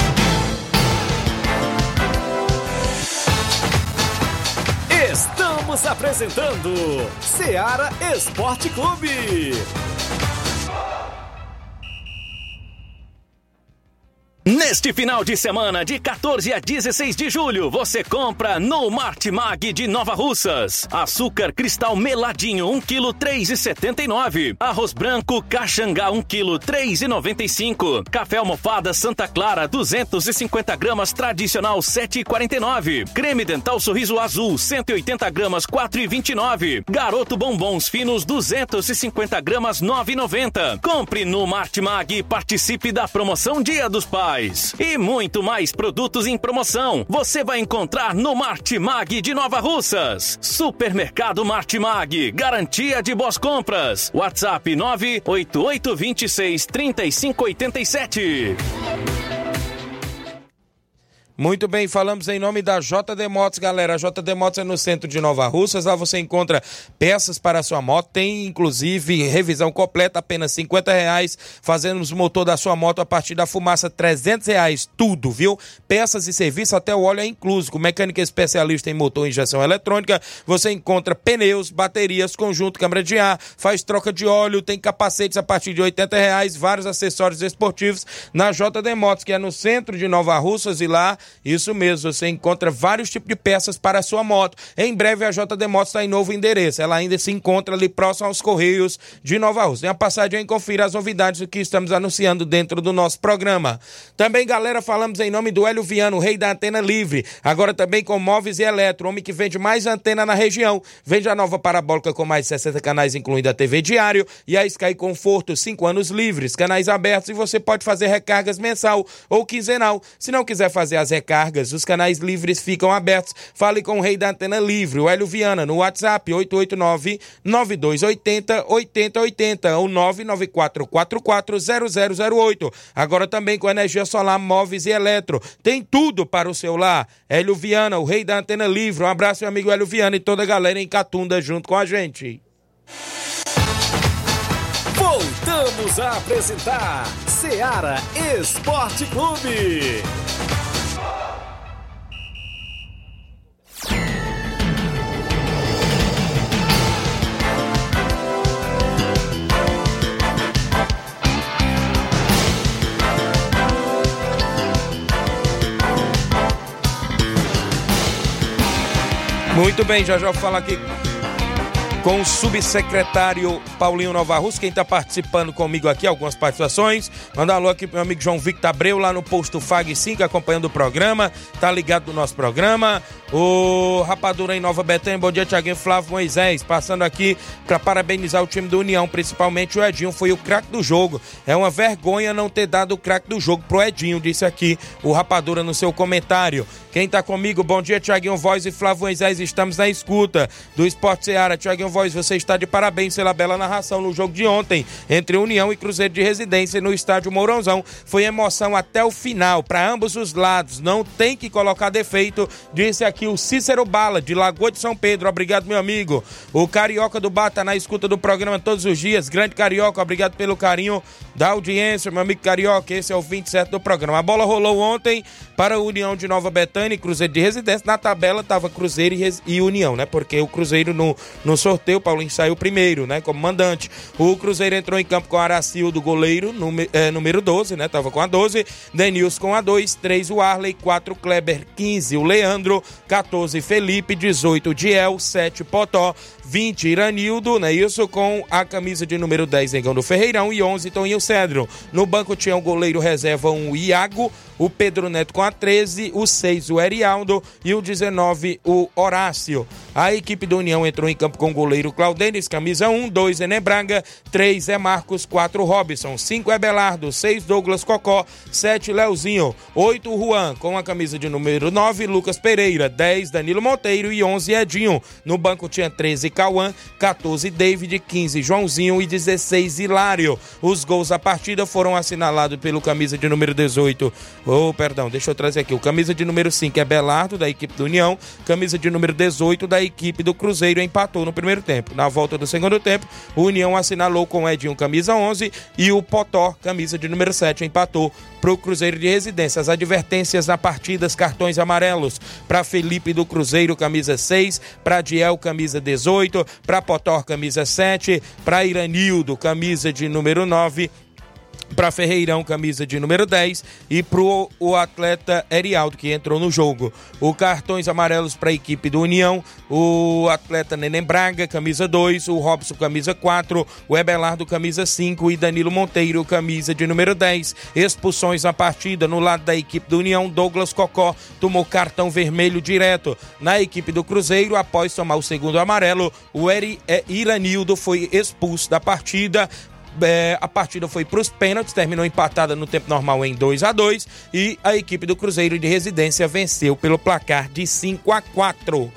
Estamos Estamos apresentando Seara Esporte Clube. Neste final de semana, de quatorze a dezesseis de julho, você compra no Martimag de Nova Russas. Açúcar cristal meladinho, um quilo, três reais e setenta e nove centavos. Arroz branco Caxangá, um quilo, três reais e noventa e cinco centavos. Café almofada Santa Clara, duzentos e cinquenta gramas, tradicional, sete reais e quarenta e nove centavos. Creme dental Sorriso Azul, cento e oitenta gramas, quatro reais e vinte e nove centavos. Garoto Bombons Finos, duzentos e cinquenta gramas, nove reais e noventa centavos. Compre no Martimag e participe da promoção Dia dos Pais. E muito mais produtos em promoção você vai encontrar no Martimag de Nova Russas. Supermercado Martimag, garantia de boas compras. WhatsApp nove oito oito dois seis, três cinco oito sete. Muito bem, falamos em nome da J D Motos, galera. A J D Motos é no centro de Nova Russas. Lá você encontra peças para a sua moto. Tem, inclusive, revisão completa, apenas cinquenta reais. Fazemos o motor da sua moto a partir da fumaça, trezentos reais. Tudo, viu? Peças e serviço, até o óleo é incluso. Com mecânica especialista em motor e injeção eletrônica, você encontra pneus, baterias, conjunto, câmara de ar, faz troca de óleo, tem capacetes a partir de oitenta reais, vários acessórios esportivos na J D Motos, que é no centro de Nova Russas. E lá, isso mesmo, você encontra vários tipos de peças para a sua moto. Em breve a J D Motos está em novo endereço. Ela ainda se encontra ali próximo aos Correios de Nova Russa. Tem a passagem e confira as novidades que estamos anunciando dentro do nosso programa. Também, galera, falamos em nome do Hélio Viano, o rei da antena livre. Agora também com móveis e eletro, homem que vende mais antena na região. Vende a nova parabólica com mais de sessenta canais, incluindo a T V Diário e a Sky Conforto, cinco anos livres, canais abertos, e você pode fazer recargas mensal ou quinzenal. Se não quiser fazer as recargas, os canais livres ficam abertos. Fale com o rei da antena livre, o Hélio Viana, no WhatsApp oito oito nove, nove dois oito zero, oito zero oito zero ou nove nove quatro quatro quatro zero zero zero oito. Agora também com energia solar, móveis e eletro. Tem tudo para o seu lar. Hélio Viana, o rei da antena livre. Um abraço, meu amigo Hélio Viana, e toda a galera em Catunda junto com a gente. Voltamos a apresentar Seara Esporte Clube. Muito bem, já já vou falar aqui com o subsecretário Paulinho Nova Russa, quem está participando comigo aqui, algumas participações. Manda um alô aqui pro meu amigo João Victor Abreu, lá no posto F A G cinco, acompanhando o programa, tá ligado no nosso programa. O Rapadura em Nova Betânia, bom dia, Thiaguinho, Flávio Moisés, passando aqui para parabenizar o time do União, principalmente o Edinho, foi o craque do jogo. É uma vergonha não ter dado o craque do jogo pro Edinho, disse aqui o Rapadura no seu comentário. Quem tá comigo, bom dia, Thiaguinho Voz e Flávio Moisés, estamos na escuta do Esporte Seara. Thiaguinho Voz, você está de parabéns pela bela narração no jogo de ontem, entre União e Cruzeiro de Residência no estádio Mourãozão. Foi emoção até o final, para ambos os lados, não tem que colocar defeito, disse aqui o Cícero Bala, de Lagoa de São Pedro. Obrigado, meu amigo. O Carioca do Bar tá na escuta do programa todos os dias. Grande Carioca, obrigado pelo carinho da audiência, meu amigo Carioca. Esse é o vinte e sete do programa. A bola rolou ontem para a União de Nova Betânia e Cruzeiro de Residência. Na tabela tava Cruzeiro e, Res... e União, né? Porque o Cruzeiro no, no sorteio, o Paulinho saiu primeiro, né? Como mandante. O Cruzeiro entrou em campo com Aracildo, goleiro, número, é, número doze, né? Tava com a doze. Denilson com a dois, três o Arley, quatro Kleber, quinze o Leandro, quatorze Felipe, dezoito Diel, sete Potó, vinte Iranildo, né? Isso com a camisa de número dez, Negão do Ferreirão, e onze Toninho Cedro. No banco tinha o goleiro reserva um Iago, o Pedro Neto com a treze, o seis o Erialdo e o dezenove o Horácio. A equipe do União entrou em campo com o goleiro Claudênis, camisa um, dois Ené Braga, três é Marcos, quatro Robson, cinco é Belardo, seis Douglas Cocó, sete Leozinho, oito Juan, com a camisa de número nove, Lucas Pereira, dez Danilo Monteiro e onze Edinho. No banco tinha treze Cauã, quatorze David, quinze Joãozinho e dezesseis Hilário. Os gols da partida foram assinalados pelo camisa de número dezoito, oh, perdão, deixa eu trazer aqui, o camisa de número cinco é Belardo, da equipe do União, camisa de número dezoito da equipe do Cruzeiro, empatou no primeiro primeiro tempo. Na volta do segundo tempo, o União assinalou com o Edinho camisa onze e o Potó, camisa de número sete, empatou para o Cruzeiro de Residência. As advertências na partida, cartões amarelos para Felipe do Cruzeiro, camisa seis, para Diel, camisa dezoito, para Potó, camisa sete, para Iranildo, camisa de número nove, para Ferreirão, camisa de número dez, e para o atleta Erialdo, que entrou no jogo. O cartões amarelos para a equipe do União: o atleta Neném Braga, camisa dois, o Robson, camisa quatro, o Ebelardo, camisa cinco e Danilo Monteiro, camisa de número dez. Expulsões na partida: no lado da equipe do União, Douglas Cocó tomou cartão vermelho direto. Na equipe do Cruzeiro, após tomar o segundo amarelo, o Eri, é, Iranildo foi expulso da partida. É, a partida foi para os pênaltis, terminou empatada no tempo normal em dois a dois e a equipe do Cruzeiro de Residência venceu pelo placar de cinco a quatro.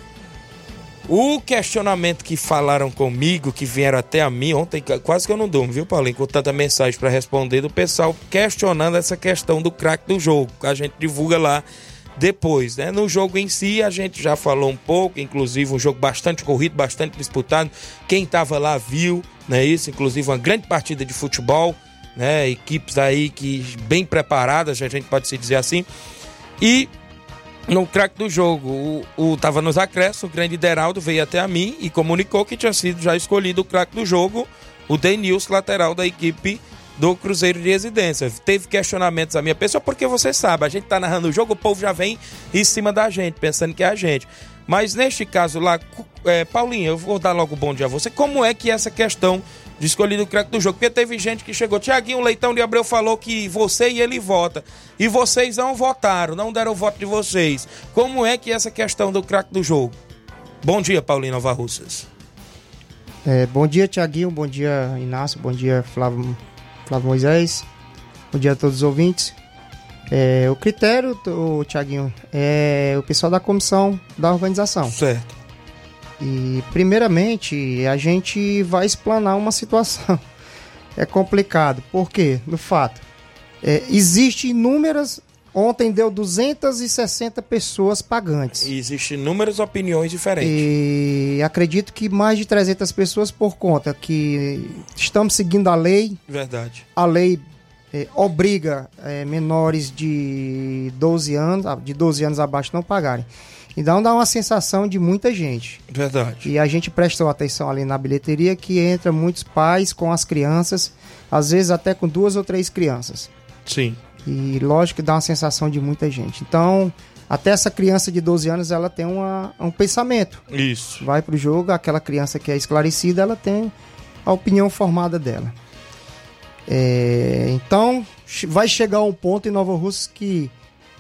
O questionamento que falaram comigo, que vieram até a mim, ontem quase que eu não durmo, viu, Paulinho, com tanta mensagem para responder do pessoal questionando essa questão do craque do jogo, que a gente divulga lá depois, né? No jogo em si a gente já falou um pouco, inclusive um jogo bastante corrido, bastante disputado. Quem estava lá viu, né, isso, inclusive uma grande partida de futebol, né? Equipes aí que bem preparadas, a gente pode se dizer assim. E no craque do jogo, o, o tava nos acréscimos, o grande Deraldo veio até a mim e comunicou que tinha sido já escolhido o craque do jogo, o Denilson, lateral da equipe do Cruzeiro de Residência. Teve questionamentos à minha pessoa, porque você sabe, a gente tá narrando o jogo, o povo já vem em cima da gente, pensando que é a gente. Mas neste caso lá, é, Paulinho, eu vou dar logo um bom dia a você. Como é que é essa questão de escolher o craque do jogo? Porque teve gente que chegou, Tiaguinho Leitão de Abreu falou que você e ele vota, e vocês não votaram, não deram o voto de vocês. Como é que é essa questão do craque do jogo? Bom dia, Paulinho Nova Russas. É, bom dia, Tiaguinho, bom dia, Inácio, bom dia, Flávio Flávio Moisés, bom dia a todos os ouvintes. É, o critério, o Tiaguinho, é o pessoal da comissão da organização. Certo. E, primeiramente, a gente vai explanar uma situação. É complicado. Por quê? No fato, é, existe inúmeras... Ontem deu duzentas e sessenta pessoas pagantes. E existem inúmeras opiniões diferentes. E acredito que mais de trezentas pessoas, por conta que estamos seguindo a lei. Verdade. A lei é, obriga é, menores de doze anos, de doze anos abaixo não pagarem. Então dá uma sensação de muita gente. Verdade. E a gente prestou atenção ali na bilheteria que entra muitos pais com as crianças, às vezes até com duas ou três crianças. Sim. E lógico que dá uma sensação de muita gente. Então, até essa criança de doze anos, ela tem uma, um pensamento. Isso. Vai pro jogo, aquela criança que é esclarecida, ela tem a opinião formada dela. É, então, vai chegar um ponto em Nova Russas que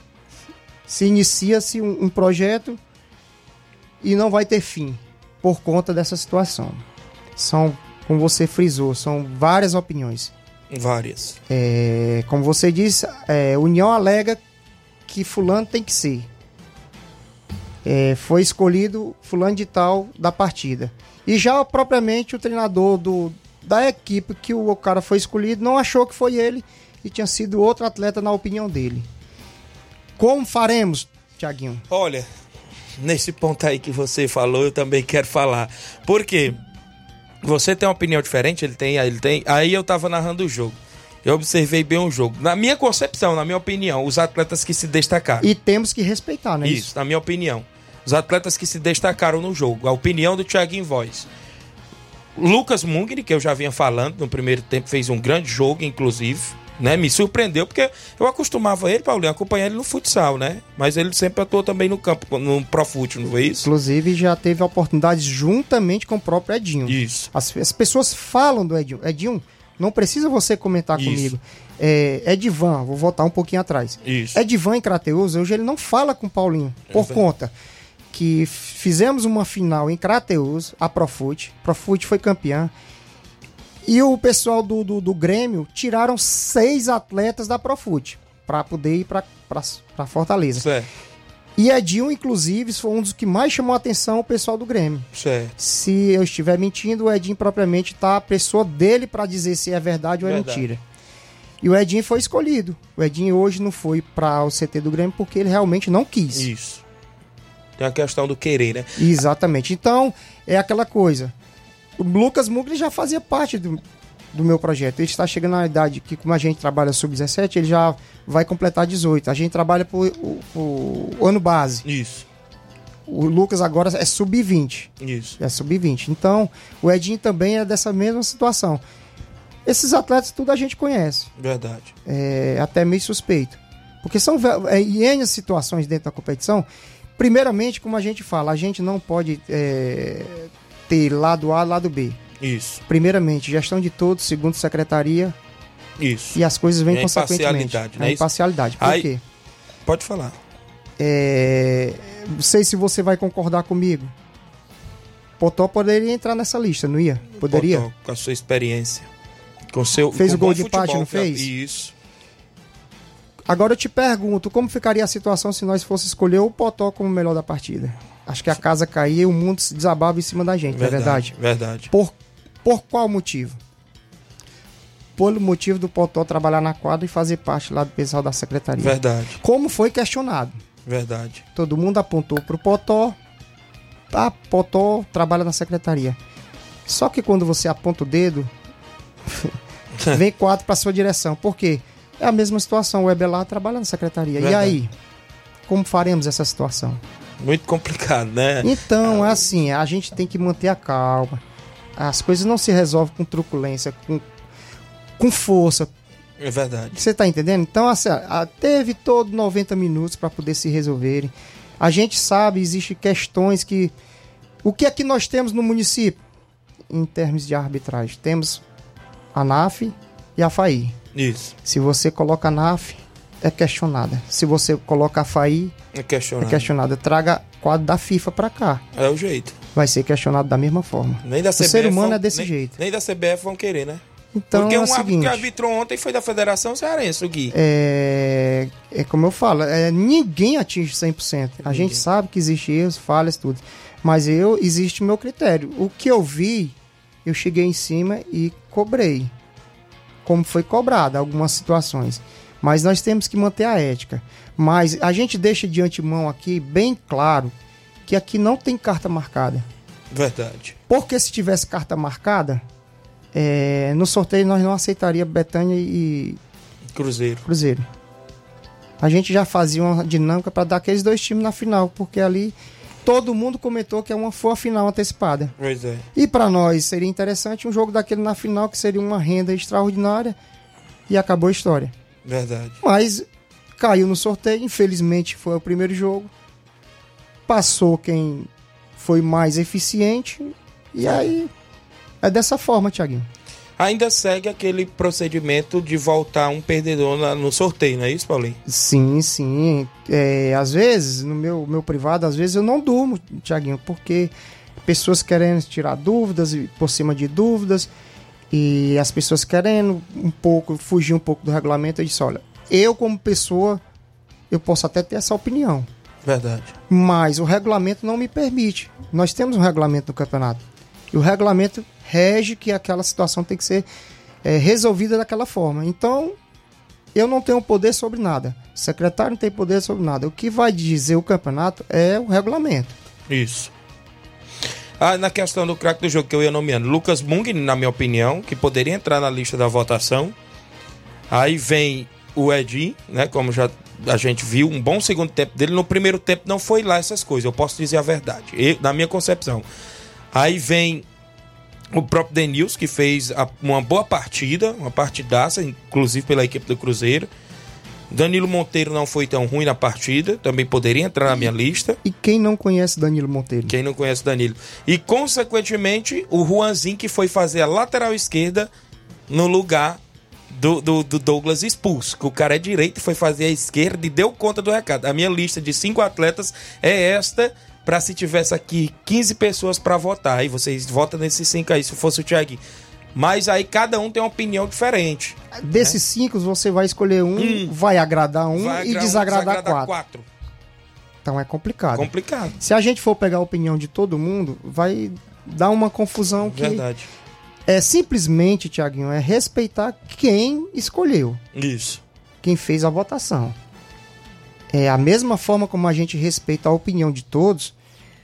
se inicia-se um, um projeto e não vai ter fim por conta dessa situação. São, como você frisou, são várias opiniões. Várias. É, como você disse, é, União alega que fulano tem que ser. É, foi escolhido fulano de tal da partida. E já propriamente o treinador do, da equipe que o, o cara foi escolhido não achou que foi ele e tinha sido outro atleta na opinião dele. Como faremos, Tiaguinho? Olha, nesse ponto aí que você falou, eu também quero falar. Por quê? Você tem uma opinião diferente, ele tem, ele tem. Aí eu tava narrando o jogo. Eu observei bem o jogo. Na minha concepção, na minha opinião, os atletas que se destacaram. E temos que respeitar, né? Isso, isso, na minha opinião. Os atletas que se destacaram no jogo. A opinião do Thiaguinho Voz. Lucas Mungni, que eu já vinha falando, no primeiro tempo fez um grande jogo, inclusive. Né? Me surpreendeu, porque eu acostumava ele, Paulinho, a acompanhar ele no futsal, né? Mas ele sempre atuou também no campo, no Profut, não foi isso? Inclusive, já teve oportunidades juntamente com o próprio Edinho. Isso. As, as pessoas falam do Edinho. Edinho, não precisa você comentar isso. comigo. É, Edivan, vou voltar um pouquinho atrás. Isso. Edivan em Crateús, hoje ele não fala com o Paulinho, por é conta que fizemos uma final em Crateús, a Profut. Profut foi campeã. E o pessoal do, do, do Grêmio tiraram seis atletas da Profut para poder ir para Fortaleza. Certo. E Edinho, inclusive, foi um dos que mais chamou a atenção o pessoal do Grêmio. Certo. Se eu estiver mentindo, o Edinho propriamente tá a pessoa dele para dizer se é verdade ou é verdade. Mentira. E o Edinho foi escolhido. O Edinho hoje não foi para o C T do Grêmio porque ele realmente não quis. Isso. Tem a questão do querer, né? Exatamente. Então, é aquela coisa. O Lucas Mugni já fazia parte do, do meu projeto. Ele está chegando na idade que, como a gente trabalha sub dezessete, ele já vai completar dezoito. A gente trabalha por, por, por ano base. Isso. O Lucas agora é sub vinte. Isso. É sub vinte. Então, o Edinho também é dessa mesma situação. Esses atletas tudo a gente conhece. Verdade. É até meio suspeito. Porque são é, N situações dentro da competição. Primeiramente, como a gente fala, a gente não pode é, ter lado A, lado B. Isso. Primeiramente, gestão de todos, segundo secretaria. Isso. E as coisas vêm é consequentemente. Imparcialidade, né? É imparcialidade. Por Aí, quê? Pode falar. É, não sei se você vai concordar comigo. Potó poderia entrar nessa lista, não ia? Poderia? Potó, com a sua experiência. Com seu, fez com o gol bom de futebol, empate, não fez? Isso. Agora eu te pergunto, como ficaria a situação se nós fosse escolher o Potó como melhor da partida? Acho que a casa caía e o mundo se desabava em cima da gente, Verdade, não é verdade? Verdade. Por, por qual motivo? Pelo motivo do Potó trabalhar na quadra e fazer parte lá do pessoal da secretaria. Verdade. Como foi questionado? Verdade. Todo mundo apontou pro Potó. Ah, Potó trabalha na secretaria. Só que quando você aponta o dedo, vem quatro para sua direção. Por quê? É a mesma situação. O Ebelar trabalha na secretaria. Verdade. E aí? Como faremos essa situação? Muito complicado, né? Então, é assim, a gente tem que manter a calma. As coisas não se resolvem com truculência, com, com força. É verdade. Você tá entendendo? Então, assim, teve todo noventa minutos para poder se resolverem. A gente sabe, existem questões que... O que é que nós temos no município? Em termos de arbitragem. Temos a N A F e a F A I. Isso. Se você coloca a N A F, é questionada. Se você coloca a F A I, é questionada. É questionada. Traga quadro da FIFA pra cá. É o jeito. Vai ser questionado da mesma forma. Nem da C B F. O ser humano vão, é desse nem, jeito. Nem da C B F vão querer, né? Então, Porque é um o árbitro seguinte, que arbitrou ontem foi da Federação Cearense, o Gui. É, é como eu falo, é, ninguém atinge cem por cento. A Ninguém. gente sabe que existe erros, falhas, tudo. Mas eu, existe o meu critério. O que eu vi, eu cheguei em cima e cobrei. Como foi cobrado algumas situações. Mas nós temos que manter a ética. Mas a gente deixa de antemão aqui bem claro que aqui não tem carta marcada. Verdade. Porque se tivesse carta marcada, é, no sorteio nós não aceitaria Betânia e Cruzeiro. Cruzeiro. A gente já fazia uma dinâmica para dar aqueles dois times na final, porque ali todo mundo comentou que é uma, foi a final antecipada. Pois é. E para nós seria interessante um jogo daquele na final, que seria uma renda extraordinária, e acabou a história. Verdade. Mas caiu no sorteio, infelizmente foi o primeiro jogo. Passou quem foi mais eficiente, e aí é dessa forma, Thiaguinho. Ainda segue aquele procedimento de voltar um perdedor na, no sorteio, não é isso, Paulinho? Sim, sim. É, às vezes, no meu, meu privado, às vezes eu não durmo, Thiaguinho, porque pessoas querendo tirar dúvidas por cima de dúvidas, e as pessoas querendo um pouco, fugir um pouco do regulamento. Eu disse, olha, eu como pessoa, eu posso até ter essa opinião. Verdade. Mas o regulamento não me permite. Nós temos um regulamento no campeonato. E o regulamento rege que aquela situação tem que ser é, resolvida daquela forma. Então, eu não tenho poder sobre nada. O secretário não tem poder sobre nada. O que vai dizer o campeonato é o regulamento. Isso. Ah, na questão do craque do jogo que eu ia nomeando, Lucas Mung, na minha opinião, que poderia entrar na lista da votação. Aí vem o Edinho, né, como já a gente viu, um bom segundo tempo dele. No primeiro tempo não foi lá essas coisas, eu posso dizer a verdade, eu, na minha concepção. Aí vem o próprio Denilson, que fez a, uma boa partida, uma partidaça, inclusive pela equipe do Cruzeiro. Danilo Monteiro não foi tão ruim na partida, também poderia entrar na minha lista. E quem não conhece Danilo Monteiro? Quem não conhece Danilo. E, consequentemente, o Juanzinho, que foi fazer a lateral esquerda no lugar do, do, do Douglas expulso. Que o cara é direito e foi fazer a esquerda e deu conta do recado. A minha lista de cinco atletas é esta, para se tivesse aqui quinze pessoas para votar. Aí vocês votam nesses cinco aí, se fosse o Thiaguinho. Mas aí cada um tem uma opinião diferente. Desses né? cinco, você vai escolher um, hum, vai agradar um vai e desagradar, um, desagradar quatro. quatro. Então é complicado. Complicado. Se a gente for pegar a opinião de todo mundo, vai dar uma confusão que... Verdade. É simplesmente, Thiaguinho, é respeitar quem escolheu. Isso. Quem fez a votação. É a mesma forma como a gente respeita a opinião de todos,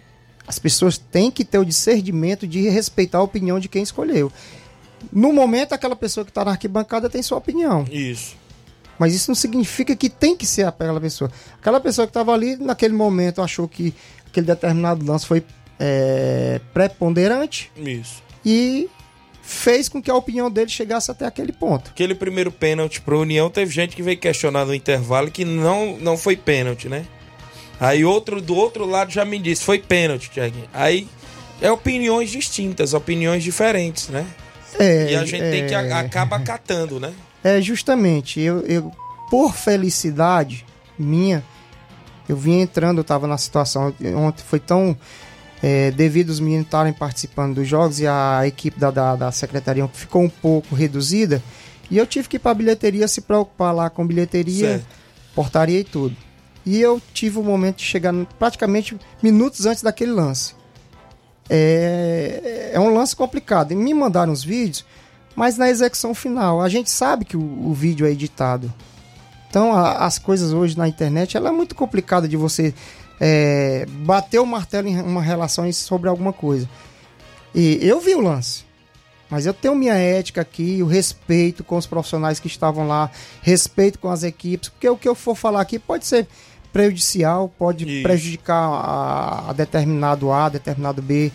As pessoas têm que ter o discernimento de respeitar a opinião de quem escolheu. No momento, aquela pessoa que está na arquibancada tem sua opinião. Isso. Mas isso não significa que tem que ser aquela pessoa. Aquela pessoa que estava ali, naquele momento, achou que aquele determinado lance foi é, preponderante. Isso. E fez com que a opinião dele chegasse até aquele ponto. Aquele primeiro pênalti pro União, teve gente que veio questionar no intervalo que não, não foi pênalti, né? Aí outro do outro lado já me disse, foi pênalti, Thiaguinho. Aí é opiniões distintas, opiniões diferentes, né? É, e a gente é, tem que a, acaba acatando, né? É, justamente. Eu, eu, por felicidade minha, eu vim entrando, eu estava na situação, ontem foi tão... É, devido os meninos estarem participando dos jogos e a equipe da, da, da secretaria ficou um pouco reduzida, e eu tive que ir para a bilheteria se preocupar lá com bilheteria, certo. Portaria e tudo. E eu tive o momento de chegar praticamente minutos antes daquele lance. É, é um lance complicado. E me mandaram os vídeos, mas na execução final, a gente sabe que o, o vídeo é editado. Então a, as coisas hoje na internet, ela é muito complicada de você... É, bater o martelo em uma relação sobre alguma coisa. E eu vi o lance, mas eu tenho minha ética aqui, o respeito com os profissionais que estavam lá, respeito com as equipes, porque o que eu for falar aqui pode ser prejudicial, pode Isso. prejudicar a, a determinado A, determinado B,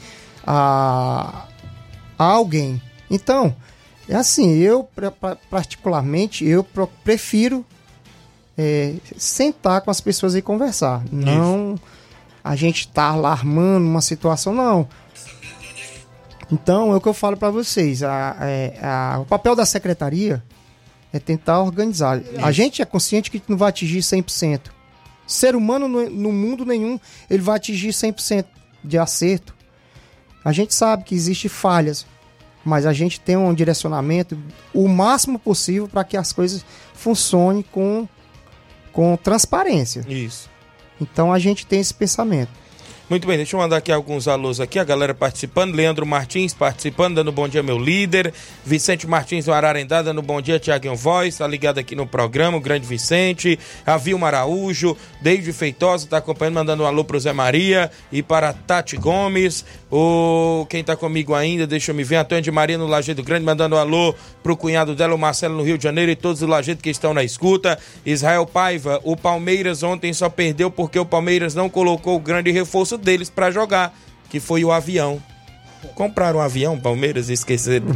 a, a alguém. Então, é assim, eu particularmente, eu prefiro É, sentar com as pessoas e conversar. Não Isso. a gente tá lá armando uma situação, não. Então, é o que eu falo para vocês. A, a, a, o papel da secretaria é tentar organizar. Isso. A gente é consciente que não vai atingir cem por cento. Ser humano no, no mundo nenhum, ele vai atingir cem por cento de acerto. A gente sabe que existem falhas, mas a gente tem um direcionamento o máximo possível para que as coisas funcionem com com transparência. Isso. Então a gente tem esse pensamento. Muito bem, deixa eu mandar aqui alguns alôs aqui, a galera participando, Leandro Martins participando, dando bom dia meu líder, Vicente Martins do Ararendá, dando bom dia, Thiaguinho Voz, tá ligado aqui no programa, o grande Vicente, a Vilma Araújo, David Feitosa tá acompanhando, mandando um alô pro Zé Maria e para Tati Gomes, o quem tá comigo ainda, deixa eu me ver, Antônio de Maria no Lajeado Grande, mandando um alô pro cunhado dela, o Marcelo no Rio de Janeiro e todos os Lajeado que estão na escuta, Israel Paiva, o Palmeiras ontem só perdeu porque o Palmeiras não colocou o grande reforço deles para jogar, que foi o avião. Compraram um avião, Palmeiras, esqueceram.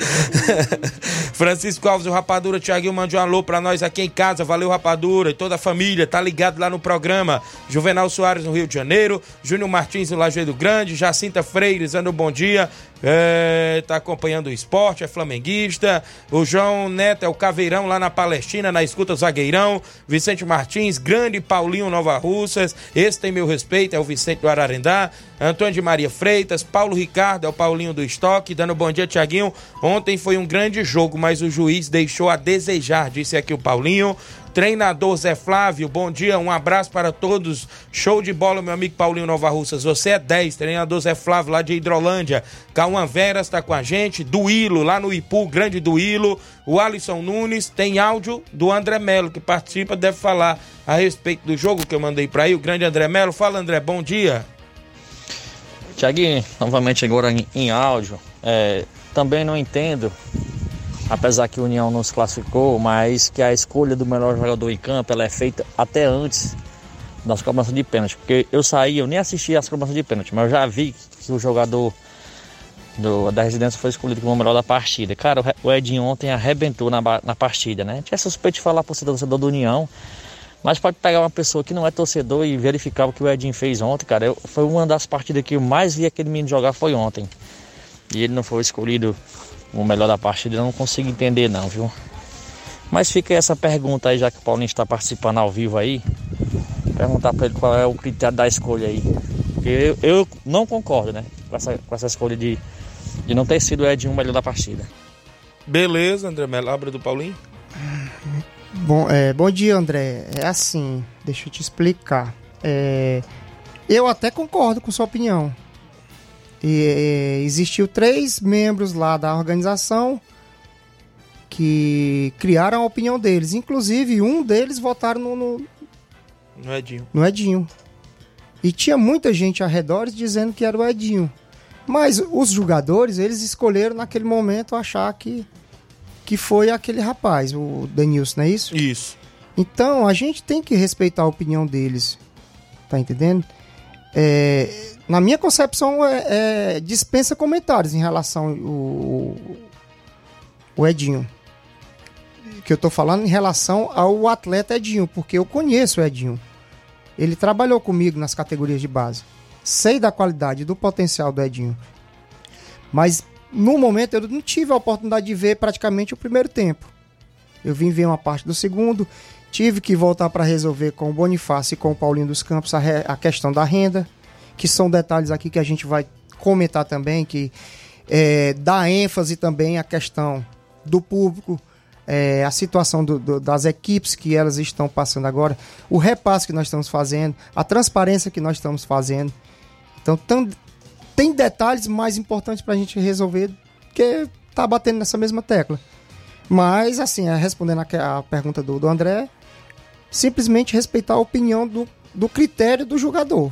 Francisco Alves, o Rapadura, Thiaguinho, mande um alô pra nós aqui em casa, valeu Rapadura e toda a família, tá ligado lá no programa. Juvenal Soares no Rio de Janeiro, Júnior Martins no Lajeado Grande, Jacinta Freires, dando um bom dia, é, tá acompanhando o esporte, é flamenguista, o João Neto é o Caveirão lá na Palestina, na escuta Zagueirão, Vicente Martins, grande Paulinho Nova Russas, esse tem meu respeito, é o Vicente do Ararendá, Antônio de Maria Freitas, Paulo Ricardo, é o Paulinho do Estoque, dando bom dia, Thiaguinho. Ontem foi um grande jogo, mas o juiz deixou a desejar, disse aqui o Paulinho. Treinador Zé Flávio, bom dia, um abraço para todos. Show de bola, meu amigo Paulinho Nova Russas. Você é dez, treinador Zé Flávio, lá de Hidrolândia. Cauã Veras tá com a gente, Duílo, lá no Ipu, grande Duílo. O Alisson Nunes, tem áudio do André Melo, que participa, deve falar a respeito do jogo que eu mandei para aí. O grande André Melo, fala André, bom dia. Thiaguinho, novamente agora em, em áudio, é, também não entendo, apesar que o União não se classificou, mas que a escolha do melhor jogador em campo ela é feita até antes das cobranças de pênalti, porque eu saí, eu nem assisti as cobranças de pênalti, mas eu já vi que o jogador do, da residência foi escolhido como o melhor da partida. Cara, o Edinho ontem arrebentou na, na partida, né? Tinha suspeito de falar para o torcedor do União, mas pode pegar uma pessoa que não é torcedor e verificar o que o Edinho fez ontem, cara. Eu, foi uma das partidas que eu mais vi aquele menino jogar foi ontem. E ele não foi escolhido o melhor da partida, eu não consigo entender não, viu? Mas fica essa pergunta aí, já que o Paulinho está participando ao vivo aí. Perguntar para ele qual é o critério da escolha aí. Porque eu, eu não concordo, né? Com essa, com essa escolha de, de não ter sido o Edinho o melhor da partida. Beleza, André Melabra do Paulinho. Bom, é, bom dia, André. É assim, deixa eu te explicar. É, eu até concordo com sua opinião. E, é, existiu três membros lá da organização que criaram a opinião deles. Inclusive, um deles votaram no, no, no Edinho. No Edinho. E tinha muita gente ao redor dizendo que era o Edinho. Mas os jogadores, eles escolheram naquele momento achar que, que foi aquele rapaz, o Denilson, não é isso? Isso. Então, a gente tem que respeitar a opinião deles, tá entendendo? É, na minha concepção, é, é, dispensa comentários em relação ao, ao Edinho. Que eu tô falando em relação ao atleta Edinho, porque eu conheço o Edinho. Ele trabalhou comigo nas categorias de base. Sei da qualidade, do potencial do Edinho. Mas, no momento, eu não tive a oportunidade de ver praticamente o primeiro tempo. Eu vim ver uma parte do segundo, tive que voltar para resolver com o Bonifácio e com o Paulinho dos Campos a, re, a questão da renda, que são detalhes aqui que a gente vai comentar também, que é, dá ênfase também à questão do público, é, a situação do, do, das equipes que elas estão passando agora, o repasse que nós estamos fazendo, a transparência que nós estamos fazendo. Então, tam, tem detalhes mais importantes para a gente resolver que tá batendo nessa mesma tecla. Mas, assim, respondendo a, a pergunta do, do André, simplesmente respeitar a opinião do, do critério do jogador.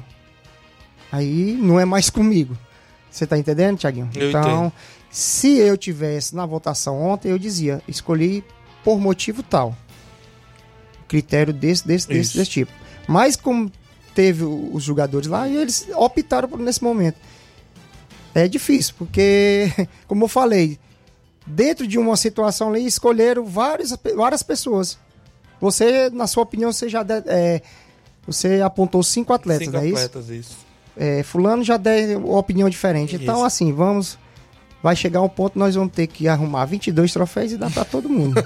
Aí não é mais comigo. Você tá entendendo, Thiaguinho? Eu então, entendo. Se eu tivesse na votação ontem, eu dizia, escolhi por motivo tal. Critério desse, desse, desse, desse tipo. Mas como teve os jogadores lá, e eles optaram por nesse momento. É difícil, porque, como eu falei, dentro de uma situação ali, escolheram várias, várias pessoas. Você, na sua opinião, você já de, é, você apontou cinco atletas, cinco não é isso? atletas, isso. É, fulano já deu uma opinião diferente. Então, isso. assim, vamos... Vai chegar um ponto que nós vamos ter que arrumar vinte e dois troféus e dar pra todo mundo.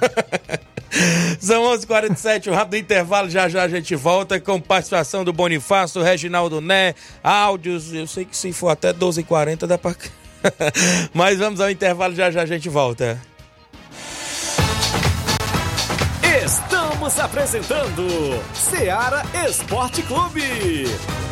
São onze e quarenta e sete, um rápido intervalo, já já a gente volta com participação do Bonifácio, do Reginaldo Né, áudios, eu sei que se for até doze e quarenta dá pra... Mas vamos ao intervalo, já já a gente volta. Estamos apresentando Seara Esporte Clube.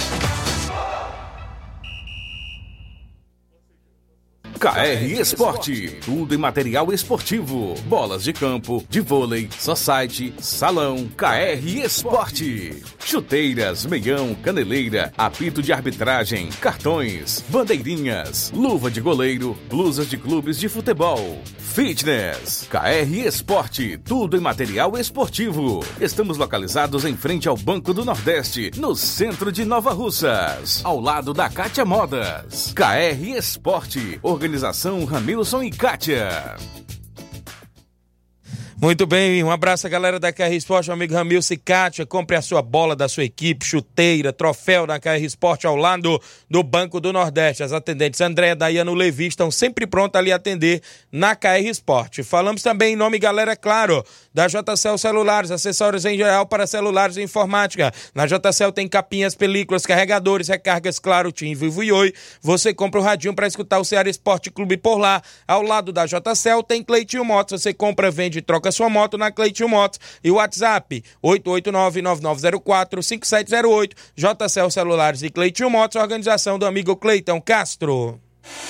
K R Esporte, tudo em material esportivo, bolas de campo, de vôlei, society, salão, K R Esporte, chuteiras, meião, caneleira, apito de arbitragem, cartões, bandeirinhas, luva de goleiro, blusas de clubes de futebol, fitness, K R Esporte, tudo em material esportivo. Estamos localizados em frente ao Banco do Nordeste, no centro de Nova Russas, ao lado da Kátia Modas. K R Esporte, Organização Ramilson e Kátia. Muito bem, um abraço à galera da K R Esporte, meu amigo Ramilson e Kátia. Compre a sua bola da sua equipe, chuteira, troféu da K R Esporte ao lado do Banco do Nordeste. As atendentes Andréa, Daiane e Levi estão sempre prontas ali a atender na K R Esporte. Falamos também em nome, galera, claro, da J C L Celulares, acessórios em geral para celulares e informática. Na J C L tem capinhas, películas, carregadores, recargas, claro, Tim, Vivo e Oi. Você compra o radinho para escutar o Ceará Esporte Clube por lá. Ao lado da J C L tem Cleitinho Motos. Você compra, vende e troca sua moto na Cleitinho Motos. E o WhatsApp oito oito nove, nove nove zero quatro, cinco sete zero oito. J C L Celulares e Cleitinho Motos, organização do amigo Cleiton Castro.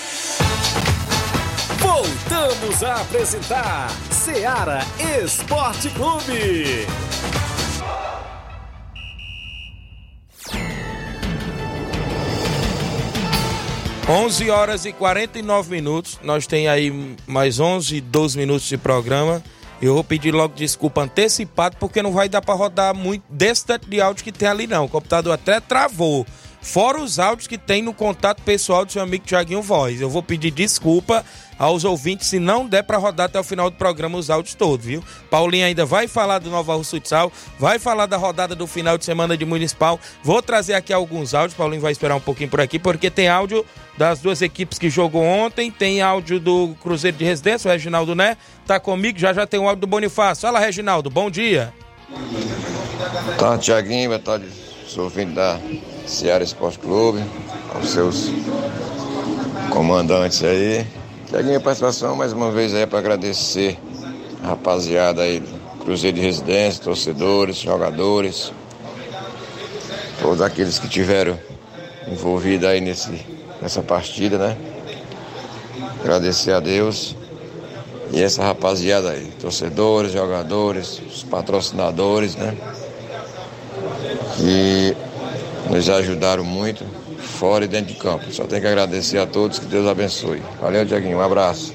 Voltamos a apresentar Seara Esporte Clube. onze horas e quarenta e nove minutos. Nós tem aí mais onze, doze minutos de programa. Eu vou pedir logo desculpa antecipado, porque não vai dar para rodar muito desse tanto de áudio que tem ali não. O computador até travou. Fora os áudios que tem no contato pessoal do seu amigo Thiaguinho Voz. Eu vou pedir desculpa aos ouvintes se não der para rodar até o final do programa os áudios todos, viu? Paulinho ainda vai falar do Nova Russa Futsal, vai falar da rodada do final de semana de Municipal. Vou trazer aqui alguns áudios, Paulinho vai esperar um pouquinho por aqui, porque tem áudio das duas equipes que jogou ontem, tem áudio do Cruzeiro de Residência, o Reginaldo Né, tá comigo, já já tem o áudio do Bonifácio. Fala, Reginaldo, bom dia. Tá, Thiaguinho, boa tarde, sou ouvinte da Seara Esporte Clube, aos seus comandantes aí. Thiaguinho, a participação mais uma vez aí para agradecer a rapaziada aí do Cruzeiro de Residência, torcedores, jogadores, todos aqueles que tiveram envolvidos aí nesse, nessa partida, né? Agradecer a Deus e essa rapaziada aí, torcedores, jogadores, os patrocinadores, né? Que nos ajudaram muito, fora e dentro de campo. Só tenho que agradecer a todos, que Deus abençoe. Valeu, Tiaguinho, um abraço.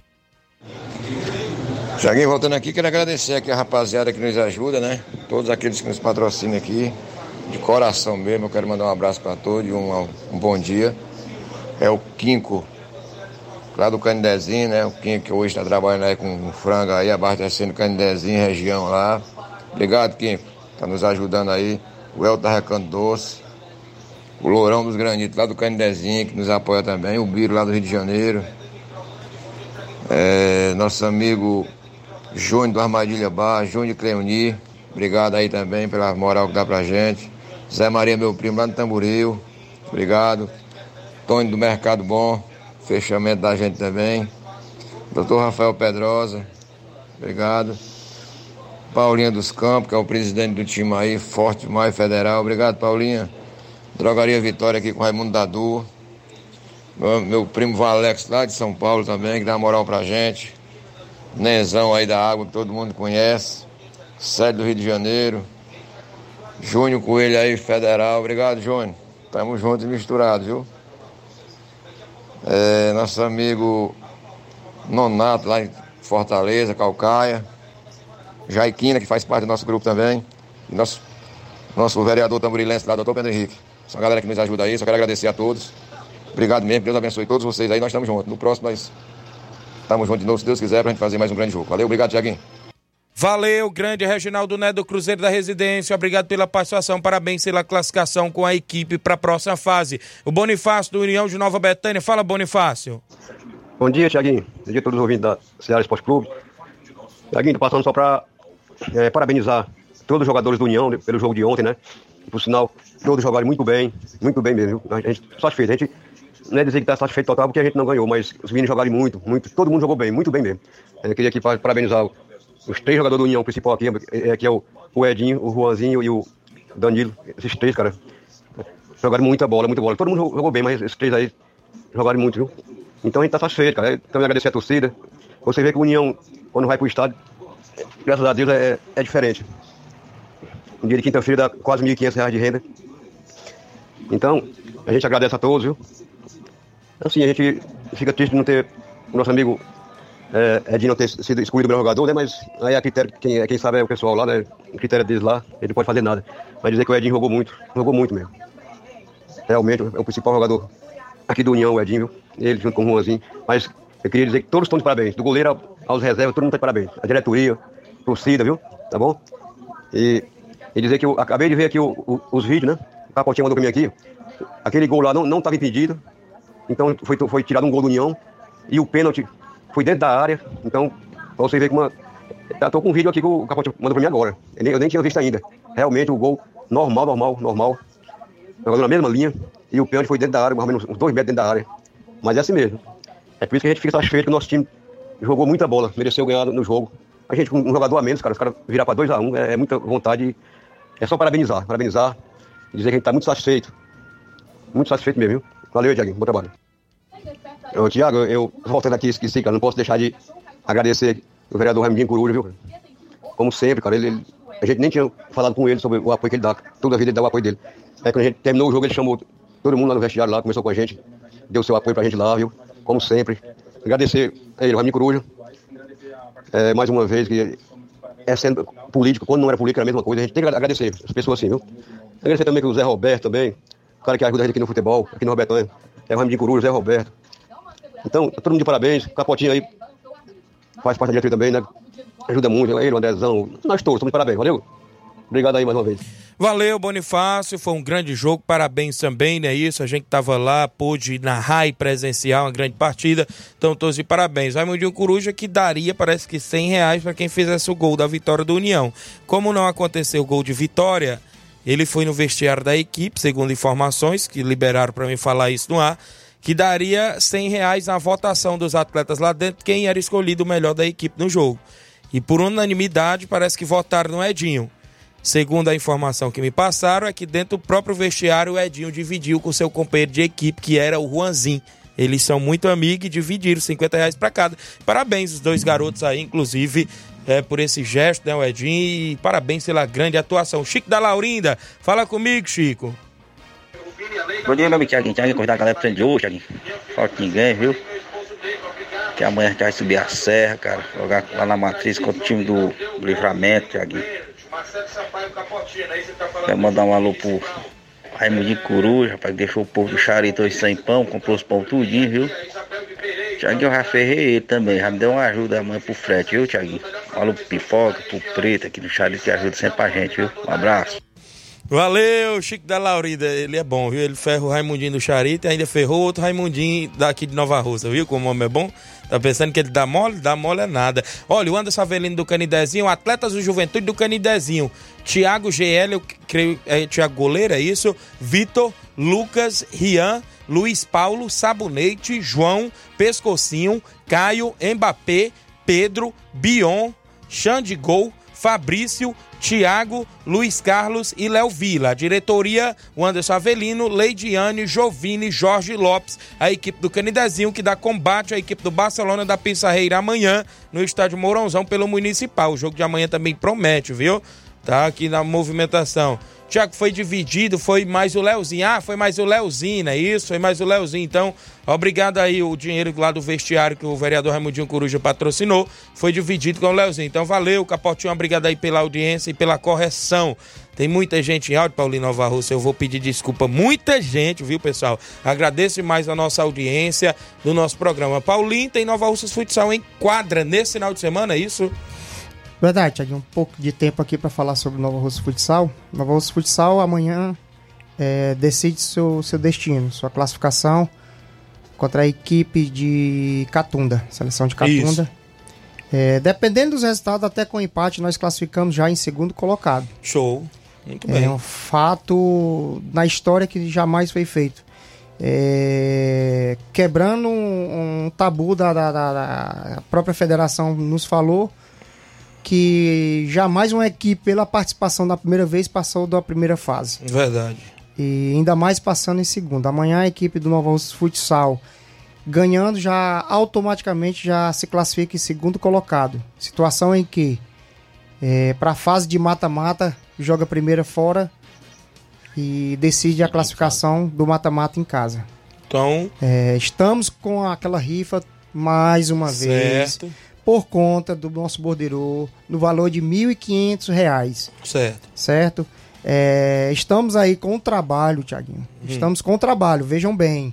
Tiaguinho, voltando aqui, quero agradecer aqui a rapaziada que nos ajuda, né? Todos aqueles que nos patrocinam aqui, de coração mesmo, eu quero mandar um abraço para todos e um, um bom dia. É o Quinco, lá do Canidezinho, né? O Quinco que hoje está trabalhando aí com frango aí, abastecendo Canidezinho, região lá. Obrigado, Quinco, tá nos ajudando aí. O El da Recanto Doce, o Lourão dos Granitos lá do Canidezinho, que nos apoia também. O Biro lá do Rio de Janeiro. É, nosso amigo Júnior do Armadilha Bar, Júnior de Cleoni, obrigado aí também pela moral que dá pra gente. Zé Maria, meu primo, lá no Tamboril, obrigado. Tony do Mercado Bom, fechamento da gente também. doutor Rafael Pedrosa, obrigado. Paulinha dos Campos, que é o presidente do time aí, forte demais, federal, obrigado, Paulinha. Drogaria Vitória aqui com Raimundo Dadu. Meu, meu primo Valex lá de São Paulo também, que dá moral pra gente. Nenzão aí da água, que todo mundo conhece. Sérgio do Rio de Janeiro. Júnior Coelho aí, federal. Obrigado, Júnior. Tamo juntos e misturados, viu? É, nosso amigo Nonato lá em Fortaleza, Calcaia. Jaiquina, que faz parte do nosso grupo também. E nosso, nosso vereador tamborilense lá, doutor Pedro Henrique. São a galera que nos ajuda aí, só quero agradecer a todos. Obrigado mesmo, Deus abençoe todos vocês aí, nós estamos juntos. No próximo nós estamos juntos de novo, se Deus quiser, pra gente fazer mais um grande jogo. Valeu, obrigado, Tiaguinho. Valeu, grande Reginaldo Né do Cruzeiro da Residência, obrigado pela participação, parabéns pela classificação com a equipe para a próxima fase. O Bonifácio do União de Nova Betânia, fala, Bonifácio. Bom dia, Tiaguinho, bom dia a todos os ouvintes da Ceará Esporte Clube. Tiaguinho, tô passando só para é, parabenizar todos os jogadores do União pelo jogo de ontem, né? Por sinal, todos jogaram muito bem, muito bem mesmo, viu? A gente satisfeito, a gente não é dizer que está satisfeito total porque a gente não ganhou, mas os meninos jogaram muito, muito, todo mundo jogou bem, muito bem mesmo. Eu queria aqui parabenizar os três jogadores do União principal aqui, aqui é o, o Edinho, o Juanzinho e o Danilo, esses três, cara, jogaram muita bola, muita bola. Todo mundo jogou bem, mas esses três aí jogaram muito, viu? Então a gente tá satisfeito, cara. Também agradecer a torcida. Você vê que o União, quando vai pro estádio, graças a Deus é, é diferente. Um dia de quinta-feira dá quase mil e quinhentos reais de renda. Então, a gente agradece a todos, viu? Assim, a gente fica triste de não ter o nosso amigo É, é de não ter sido escolhido o melhor jogador, né? Mas aí a critério, quem, quem sabe é o pessoal lá, né? O critério deles lá, ele não pode fazer nada. Mas dizer que o Edinho jogou muito, jogou muito mesmo. Realmente é o principal jogador aqui do União, o Edinho, viu? Ele junto com o Juanzinho. Mas eu queria dizer que todos estão de parabéns. Do goleiro aos reservas, todo mundo está de parabéns. A diretoria, a torcida, viu? Tá bom? E, e dizer que eu acabei de ver aqui o, o, os vídeos, né? O Capotinho mandou pra mim aqui. Aquele gol lá não estava impedido. Então foi, foi tirado um gol do União. E o pênalti foi dentro da área, então, pra você ver como uma... Eu tô com um vídeo aqui que o Capote mandou pra mim agora. Eu nem, eu nem tinha visto ainda. Realmente, o gol normal, normal, normal. Jogando na mesma linha. E o pênalti foi dentro da área, mais ou menos uns dois metros dentro da área. Mas é assim mesmo. É por isso que a gente fica satisfeito que o nosso time jogou muita bola, mereceu ganhar no jogo. A gente com um jogador a menos, cara, os caras virar pra dois a um, é, é muita vontade. É só parabenizar, parabenizar. E dizer que a gente tá muito satisfeito. Muito satisfeito mesmo, viu? Valeu, Thiaguinho. Bom trabalho. Ô, Tiago, eu voltando aqui, esqueci, cara, não posso deixar de agradecer o vereador Raimundinho Coruja, viu? Como sempre, cara, ele, ele, a gente nem tinha falado com ele sobre o apoio que ele dá, toda a vida ele dá o apoio dele. Aí quando a gente terminou o jogo, ele chamou todo mundo lá no vestiário, lá, começou com a gente, deu seu apoio pra gente lá, viu? Como sempre. Agradecer a ele, o Raimundinho Coruja, é, mais uma vez, que é sendo político, quando não era político era a mesma coisa, a gente tem que agradecer as pessoas assim, viu? Agradecer também que o Zé Roberto também, o cara que ajuda a gente aqui no futebol, aqui no Robertão, é o Raimundinho Coruja, o Zé Roberto. Então, todo mundo de parabéns, o Capotinho aí faz parte da diretoria também, né? Ajuda muito, ele, o Andrezão, nós todos, estamos de parabéns, valeu? Obrigado aí mais uma vez. Valeu, Bonifácio, foi um grande jogo, parabéns também, né? Isso, a gente tava lá, pôde narrar e presenciar uma grande partida, então todos de parabéns. Raimundinho Coruja que daria, parece que cem reais para quem fizesse o gol da vitória do União. Como não aconteceu o gol de vitória, ele foi no vestiário da equipe, segundo informações que liberaram para mim falar isso no ar, que daria cem reais na votação dos atletas lá dentro, quem era escolhido o melhor da equipe no jogo. E por unanimidade, parece que votaram no Edinho. Segundo a informação que me passaram, é que dentro do próprio vestiário o Edinho dividiu com seu companheiro de equipe, que era o Juanzinho. Eles são muito amigos e dividiram cinquenta reais para cada. Parabéns os dois garotos aí, inclusive, é, por esse gesto, né, o Edinho, e parabéns pela grande atuação. Chico da Laurinda, fala comigo, Chico. Bom dia, meu amigo Thiaguinho. Thiaguinho, convidar a galera pra frente de hoje, Thiaguinho. Falta ninguém, viu? Que amanhã a gente vai subir a serra, cara. Jogar lá na Matriz contra o time do, do Livramento, Thiaguinho. Quero mandar um alô pro Raimundinho Coruja, rapaz, que deixou o povo do Charito hoje sem pão, comprou os pão tudinho, viu? Thiaguinho, eu já ferrei ele também, já me deu uma ajuda amanhã pro frete, viu, Thiaguinho? Um alô pro Pipoca, pro Preto aqui do Charito, que ajuda sempre a gente, viu? Um abraço. Valeu, Chico da Laurida, ele é bom, viu? Ele ferra o Raimundinho do Charito e ainda ferrou outro Raimundinho daqui de Nova Russa, viu? Como o homem é bom. Tá pensando que ele dá mole? Dá mole é nada. Olha, o Anderson Avelino do Canidezinho, atletas do Juventude do Canidezinho, Thiago G L, eu creio, é Thiago Goleiro, é isso? Vitor, Lucas, Rian, Luiz Paulo, Sabonete, João, Pescocinho, Caio, Mbappé, Pedro, Bion, Xandigol, Fabrício, Tiago, Luiz Carlos e Léo Vila. A diretoria, o Anderson Avelino, Leidiane, Jovine, Jorge Lopes, a equipe do Canidezinho que dá combate à equipe do Barcelona da Pissarreira amanhã no estádio Mourãozão pelo Municipal. O jogo de amanhã também promete, viu? Tá aqui na movimentação. Tiago, foi dividido, foi mais o Leozinho. Ah, foi mais o Leozinho, não é isso? Foi mais o Leozinho. Então, obrigado aí, o dinheiro lá do vestiário que o vereador Raimundinho Coruja patrocinou, foi dividido com o Leozinho. Então, valeu, Capotinho, obrigado aí pela audiência e pela correção. Tem muita gente em áudio, Paulinho Nova Russa, eu vou pedir desculpa. Muita gente, viu, pessoal? Agradeço mais a nossa audiência do nosso programa. Paulinho, tem Nova Russas Futsal em quadra nesse final de semana, é isso? Verdade, Thiaguinho, um pouco de tempo aqui para falar sobre o Nova Russa Futsal. Nova Russa Futsal amanhã é, decide seu, seu destino, sua classificação contra a equipe de Catunda, seleção de Catunda. É, dependendo dos resultados, até com empate, nós classificamos já em segundo colocado. Show, muito bem. É um fato na história que jamais foi feito. É, quebrando um, um tabu da, da, da, da própria federação nos falou que jamais uma equipe, pela participação da primeira vez, passou da primeira fase. Verdade. E ainda mais passando em segunda. Amanhã a equipe do Nova Russa Futsal, ganhando, já automaticamente já se classifica em segundo colocado. Situação em que, é, para a fase de mata-mata, joga a primeira fora e decide a classificação do mata-mata em casa. Então, é, estamos com aquela rifa mais uma certo. vez, por conta do nosso borderô, no valor de mil e quinhentos reais. Certo. Certo? É, estamos aí com o trabalho, Thiaguinho. Hum. Estamos com o trabalho, vejam bem.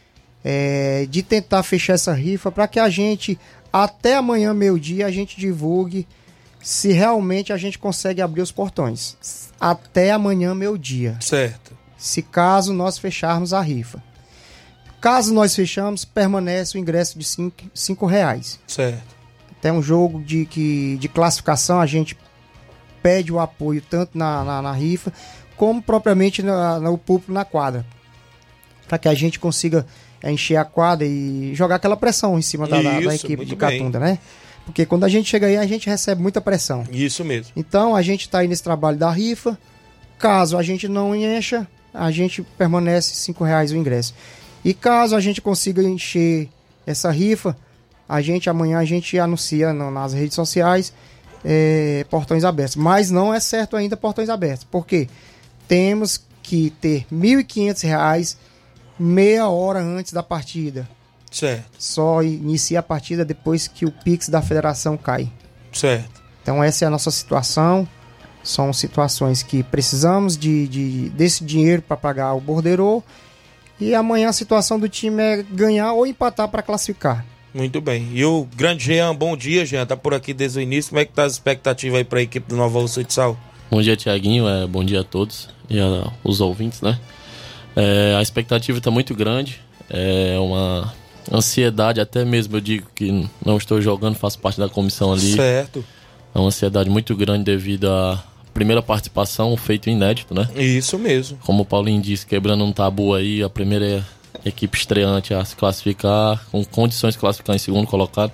É, de tentar fechar essa rifa para que a gente, até amanhã, meio-dia, a gente divulgue se realmente a gente consegue abrir os portões. Até amanhã, meio-dia. Certo. Se caso nós fecharmos a rifa. Caso nós fechamos, permanece o ingresso de cinco reais. Certo. Tem um jogo de, que, de classificação, a gente pede o apoio tanto na, na, na rifa, como propriamente na, no público na quadra. Para que a gente consiga encher a quadra e jogar aquela pressão em cima da, Isso, da equipe de Catunda, bem. né? Porque quando a gente chega aí, a gente recebe muita pressão. Isso mesmo. Então, a gente está aí nesse trabalho da rifa. Caso a gente não encha, a gente permanece cinco reais o ingresso. E caso a gente consiga encher essa rifa, a gente amanhã a gente anuncia no, nas redes sociais é, portões abertos. Mas não é certo ainda portões abertos. Por quê? Temos que ter mil e quinhentos reais meia hora antes da partida. Certo. Só inicia a partida depois que o Pix da federação cai. Certo. Então essa é a nossa situação. São situações que precisamos de, de, desse dinheiro para pagar o borderô. E amanhã a situação do time é ganhar ou empatar para classificar. Muito bem. E o grande Jean, bom dia, Jean. Tá por aqui desde o início. Como é que tá as expectativas aí para a equipe do Nova Russa Futsal? Bom dia, Thiaguinho. É, bom dia a todos e a, os ouvintes, né? É, a expectativa está muito grande. É uma ansiedade, até mesmo eu digo que não estou jogando, faço parte da comissão ali. Certo. É uma ansiedade muito grande devido à primeira participação, um feito inédito, né? Isso mesmo. Como o Paulinho disse, quebrando um tabu aí, a primeira equipe estreante a se classificar, com condições de classificar em segundo colocado.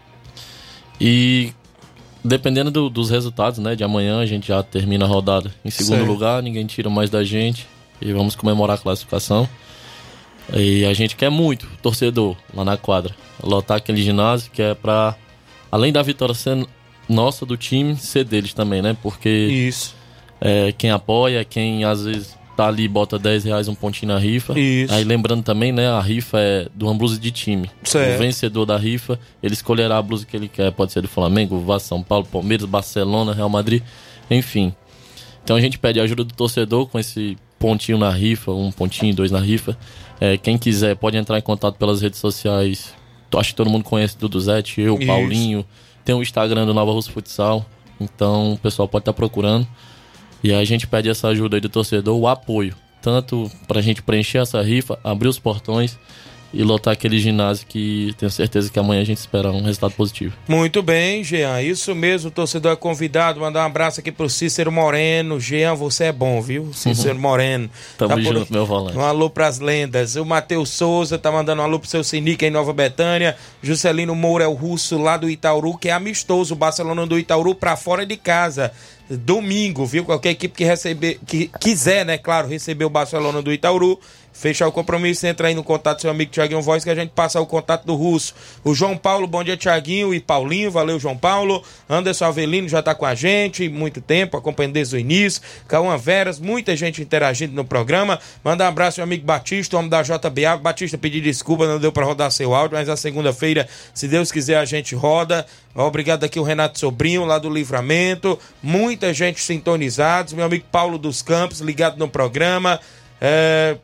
E dependendo do, dos resultados, né, de amanhã, a gente já termina a rodada em segundo certo. lugar, ninguém tira mais da gente e vamos comemorar a classificação. E a gente quer muito, torcedor, lá na quadra, lotar aquele ginásio que é pra, além da vitória ser nossa, do time, ser deles também, né? Porque Isso. É, quem apoia, quem às vezes tá ali, bota dez reais um pontinho na rifa. Isso. Aí lembrando também, né, a rifa é de uma blusa de time. Certo. O vencedor da rifa, ele escolherá a blusa que ele quer. Pode ser do Flamengo, Vasco, São Paulo, Palmeiras, Barcelona, Real Madrid, enfim. Então a gente pede a ajuda do torcedor com esse pontinho na rifa, um pontinho, dois na rifa. É, quem quiser pode entrar em contato pelas redes sociais. Acho que todo mundo conhece do Duduzete, eu, Isso. Paulinho. Tem o Instagram do Nova Russa Futsal. Então o pessoal pode estar procurando. E aí a gente pede essa ajuda aí do torcedor, o apoio. Tanto pra gente preencher essa rifa, abrir os portões e lotar aquele ginásio que tenho certeza que amanhã a gente espera um resultado positivo. Muito bem, Jean. Isso mesmo, o torcedor é convidado. Mandar um abraço aqui pro Cícero Moreno. Jean, você é bom, viu? Cícero uhum. Moreno. Tamo tá junto, por... meu volante. Um alô pras lendas. O Matheus Souza tá mandando um alô pro seu Sinica em Nova Betânia. Juscelino Moura é o russo lá do Itaúru, que é amistoso. O Barcelona do Itaúru pra fora de casa. Domingo, viu? Qualquer equipe que receber, que quiser, né? Claro, receber o Barcelona do Itaúru, fechar o compromisso, entra aí no contato do seu amigo Thiaguinho Voz, que a gente passa o contato do russo. O João Paulo, bom dia, Thiaguinho e Paulinho, valeu, João Paulo. Anderson Avelino já tá com a gente, muito tempo, acompanhando desde o início. Cauã Veras, muita gente interagindo no programa. Manda um abraço ao amigo Batista, homem da J B A. Batista, pedir desculpa, não deu pra rodar seu áudio, mas na segunda-feira, se Deus quiser, a gente roda. Obrigado aqui o Renato Sobrinho, lá do Livramento. Muita gente sintonizada. Meu amigo Paulo dos Campos, ligado no programa. É...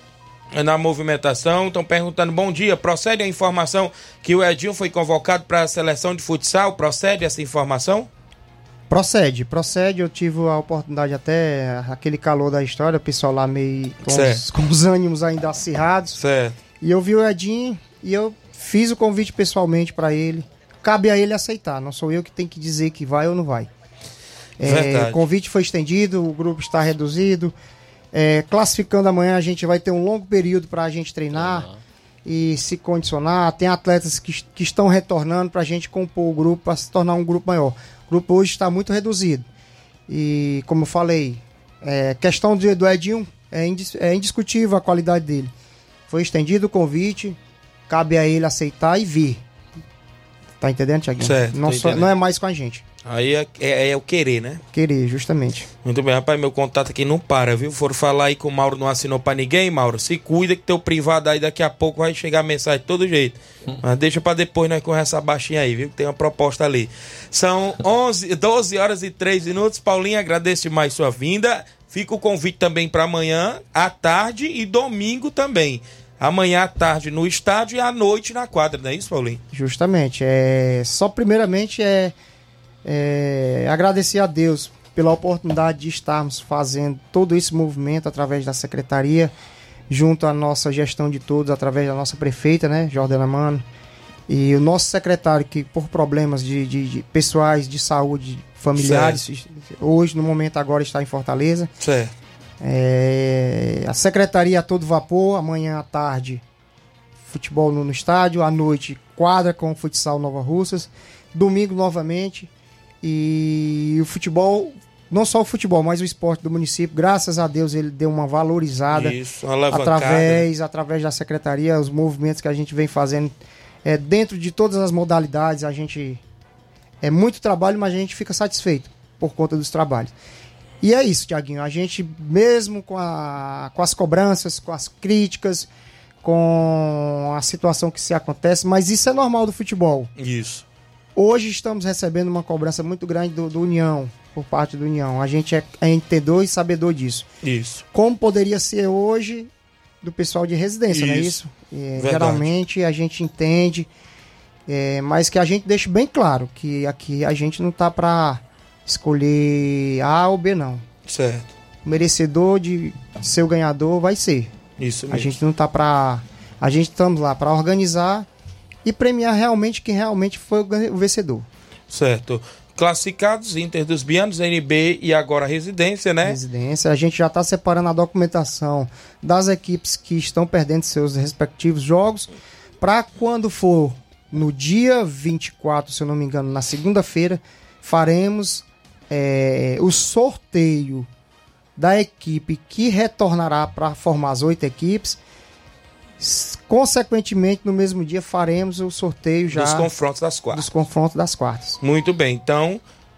na movimentação, estão perguntando, bom dia, procede a informação que o Edinho foi convocado para a seleção de futsal? Procede essa informação? Procede, procede, eu tive a oportunidade até, aquele calor da história, o pessoal lá meio com os, com os ânimos ainda acirrados, certo. E eu vi o Edinho e eu fiz o convite pessoalmente para ele, cabe a ele aceitar, não sou eu que tenho que dizer que vai ou não vai. É, o convite foi estendido, o grupo está reduzido. É, classificando amanhã, a gente vai ter um longo período para a gente treinar uhum. e se condicionar. Tem atletas que, que estão retornando para a gente compor o grupo, para se tornar um grupo maior. O grupo hoje está muito reduzido. E, como eu falei, é, questão do, do Edinho, é, indis, é indiscutível a qualidade dele. Foi estendido o convite, cabe a ele aceitar e vir. Tá entendendo, Thiaguinho? Certo, não, só, não é mais com a gente. Aí é, é, é o querer, né? Querer, justamente. Muito bem, rapaz, meu contato aqui não para, viu? Foram falar aí que o Mauro não assinou pra ninguém, Mauro. Se cuida que teu privado aí daqui a pouco vai chegar a mensagem de todo jeito. Hum. Mas deixa pra depois nós conversar baixinho aí, viu? Que tem uma proposta ali. São onze, doze horas e três minutos. Paulinho, agradeço mais sua vinda. Fica o convite também pra amanhã, à tarde e domingo também. Amanhã à tarde no estádio e à noite na quadra, não é isso, Paulinho? Justamente. É... Só primeiramente é... É, agradecer a Deus pela oportunidade de estarmos fazendo todo esse movimento através da secretaria, junto à nossa gestão de todos, através da nossa prefeita, né, Jordana Mano, e o nosso secretário, que por problemas de, de, de pessoais, de saúde, familiares, certo. Hoje, no momento agora, está em Fortaleza. Certo. É, a secretaria a todo vapor, amanhã à tarde, futebol no, no estádio, à noite, quadra com o futsal Nova Russas, domingo novamente. E o futebol, não só o futebol, mas o esporte do município, graças a Deus ele deu uma valorizada. Isso, uma através, através da secretaria, os movimentos que a gente vem fazendo é, dentro de todas as modalidades. A gente é muito trabalho, mas a gente fica satisfeito por conta dos trabalhos. E é isso, Thiaguinho, a gente mesmo com, a, com as cobranças, com as críticas, com a situação que se acontece, mas isso é normal do futebol. Isso. Hoje estamos recebendo uma cobrança muito grande do, do União, por parte do União. A gente é, é entendedor e sabedor disso. Isso. Como poderia ser hoje do pessoal de residência, isso. Não é isso? É, geralmente a gente entende, é, mas que a gente deixe bem claro que aqui a gente não está para escolher A ou B, não. Certo. O merecedor de ser o ganhador vai ser. Isso mesmo. A gente não está para... A gente estamos lá para organizar e premiar realmente quem realmente foi o vencedor. Certo. Classificados, Inter dos Bianos, N B e agora Residência, né? Residência. A gente já está separando a documentação das equipes que estão perdendo seus respectivos jogos para quando for no dia vinte e quatro, se eu não me engano, na segunda-feira, faremos é, o sorteio da equipe que retornará para formar as oito equipes. Consequentemente, no mesmo dia faremos o sorteio já dos confrontos das quartas. Dos confrontos das quartas. Muito bem, então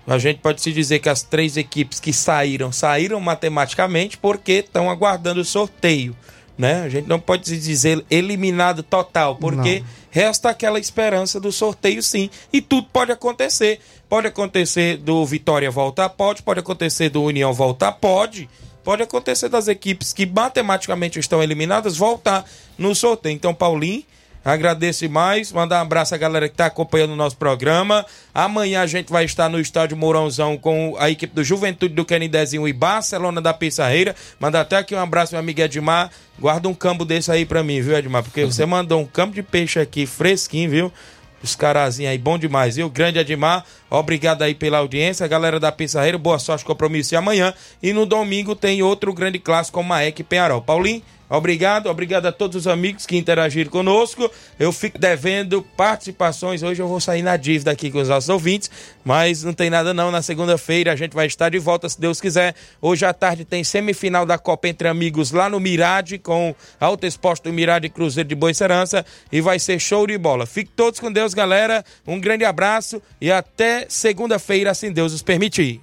A gente pode se dizer que as três equipes que saíram, saíram matematicamente porque estão aguardando o sorteio, né? A gente não pode se dizer eliminado total, porque não. Resta aquela esperança do sorteio, sim. E tudo pode acontecer. Pode acontecer do Vitória voltar, pode. Pode acontecer do União voltar, pode. Pode acontecer das equipes que matematicamente estão eliminadas voltar no sorteio. Então, Paulinho, agradeço mais, mandar um abraço à galera que está acompanhando o nosso programa. Amanhã a gente vai estar no estádio Mourãozão com a equipe do Juventude do Canidezinho e Barcelona da Pissarreira. Mandar até aqui um abraço, meu amigo Edmar. Guarda um campo desse aí pra mim, viu, Edmar? Porque uhum. você mandou um campo de peixe aqui fresquinho, viu? Os carazinhos aí, bom demais, viu? Grande Edmar, obrigado aí pela audiência. Galera da Pissarreira, boa sorte, compromisso de amanhã. E no domingo tem outro grande clássico com Maek e Penharol. Paulinho, obrigado, obrigado a todos os amigos que interagiram conosco. Eu fico devendo participações. Hoje eu vou sair na dívida aqui com os nossos ouvintes, mas não tem nada não. Na segunda-feira a gente vai estar de volta, se Deus quiser. Hoje à tarde tem semifinal da Copa Entre Amigos lá no Mirade, com Alto Exposto do Mirade e Cruzeiro de Boicerança, e vai ser show de bola. Fiquem todos com Deus, galera. Um grande abraço e até segunda-feira, assim Deus os permitir.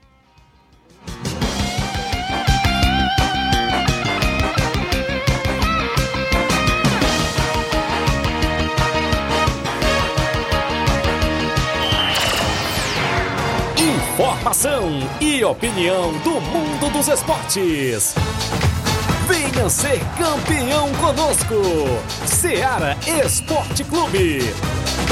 Informação e opinião do mundo dos esportes. Venha ser campeão conosco. Ceará Esporte Clube.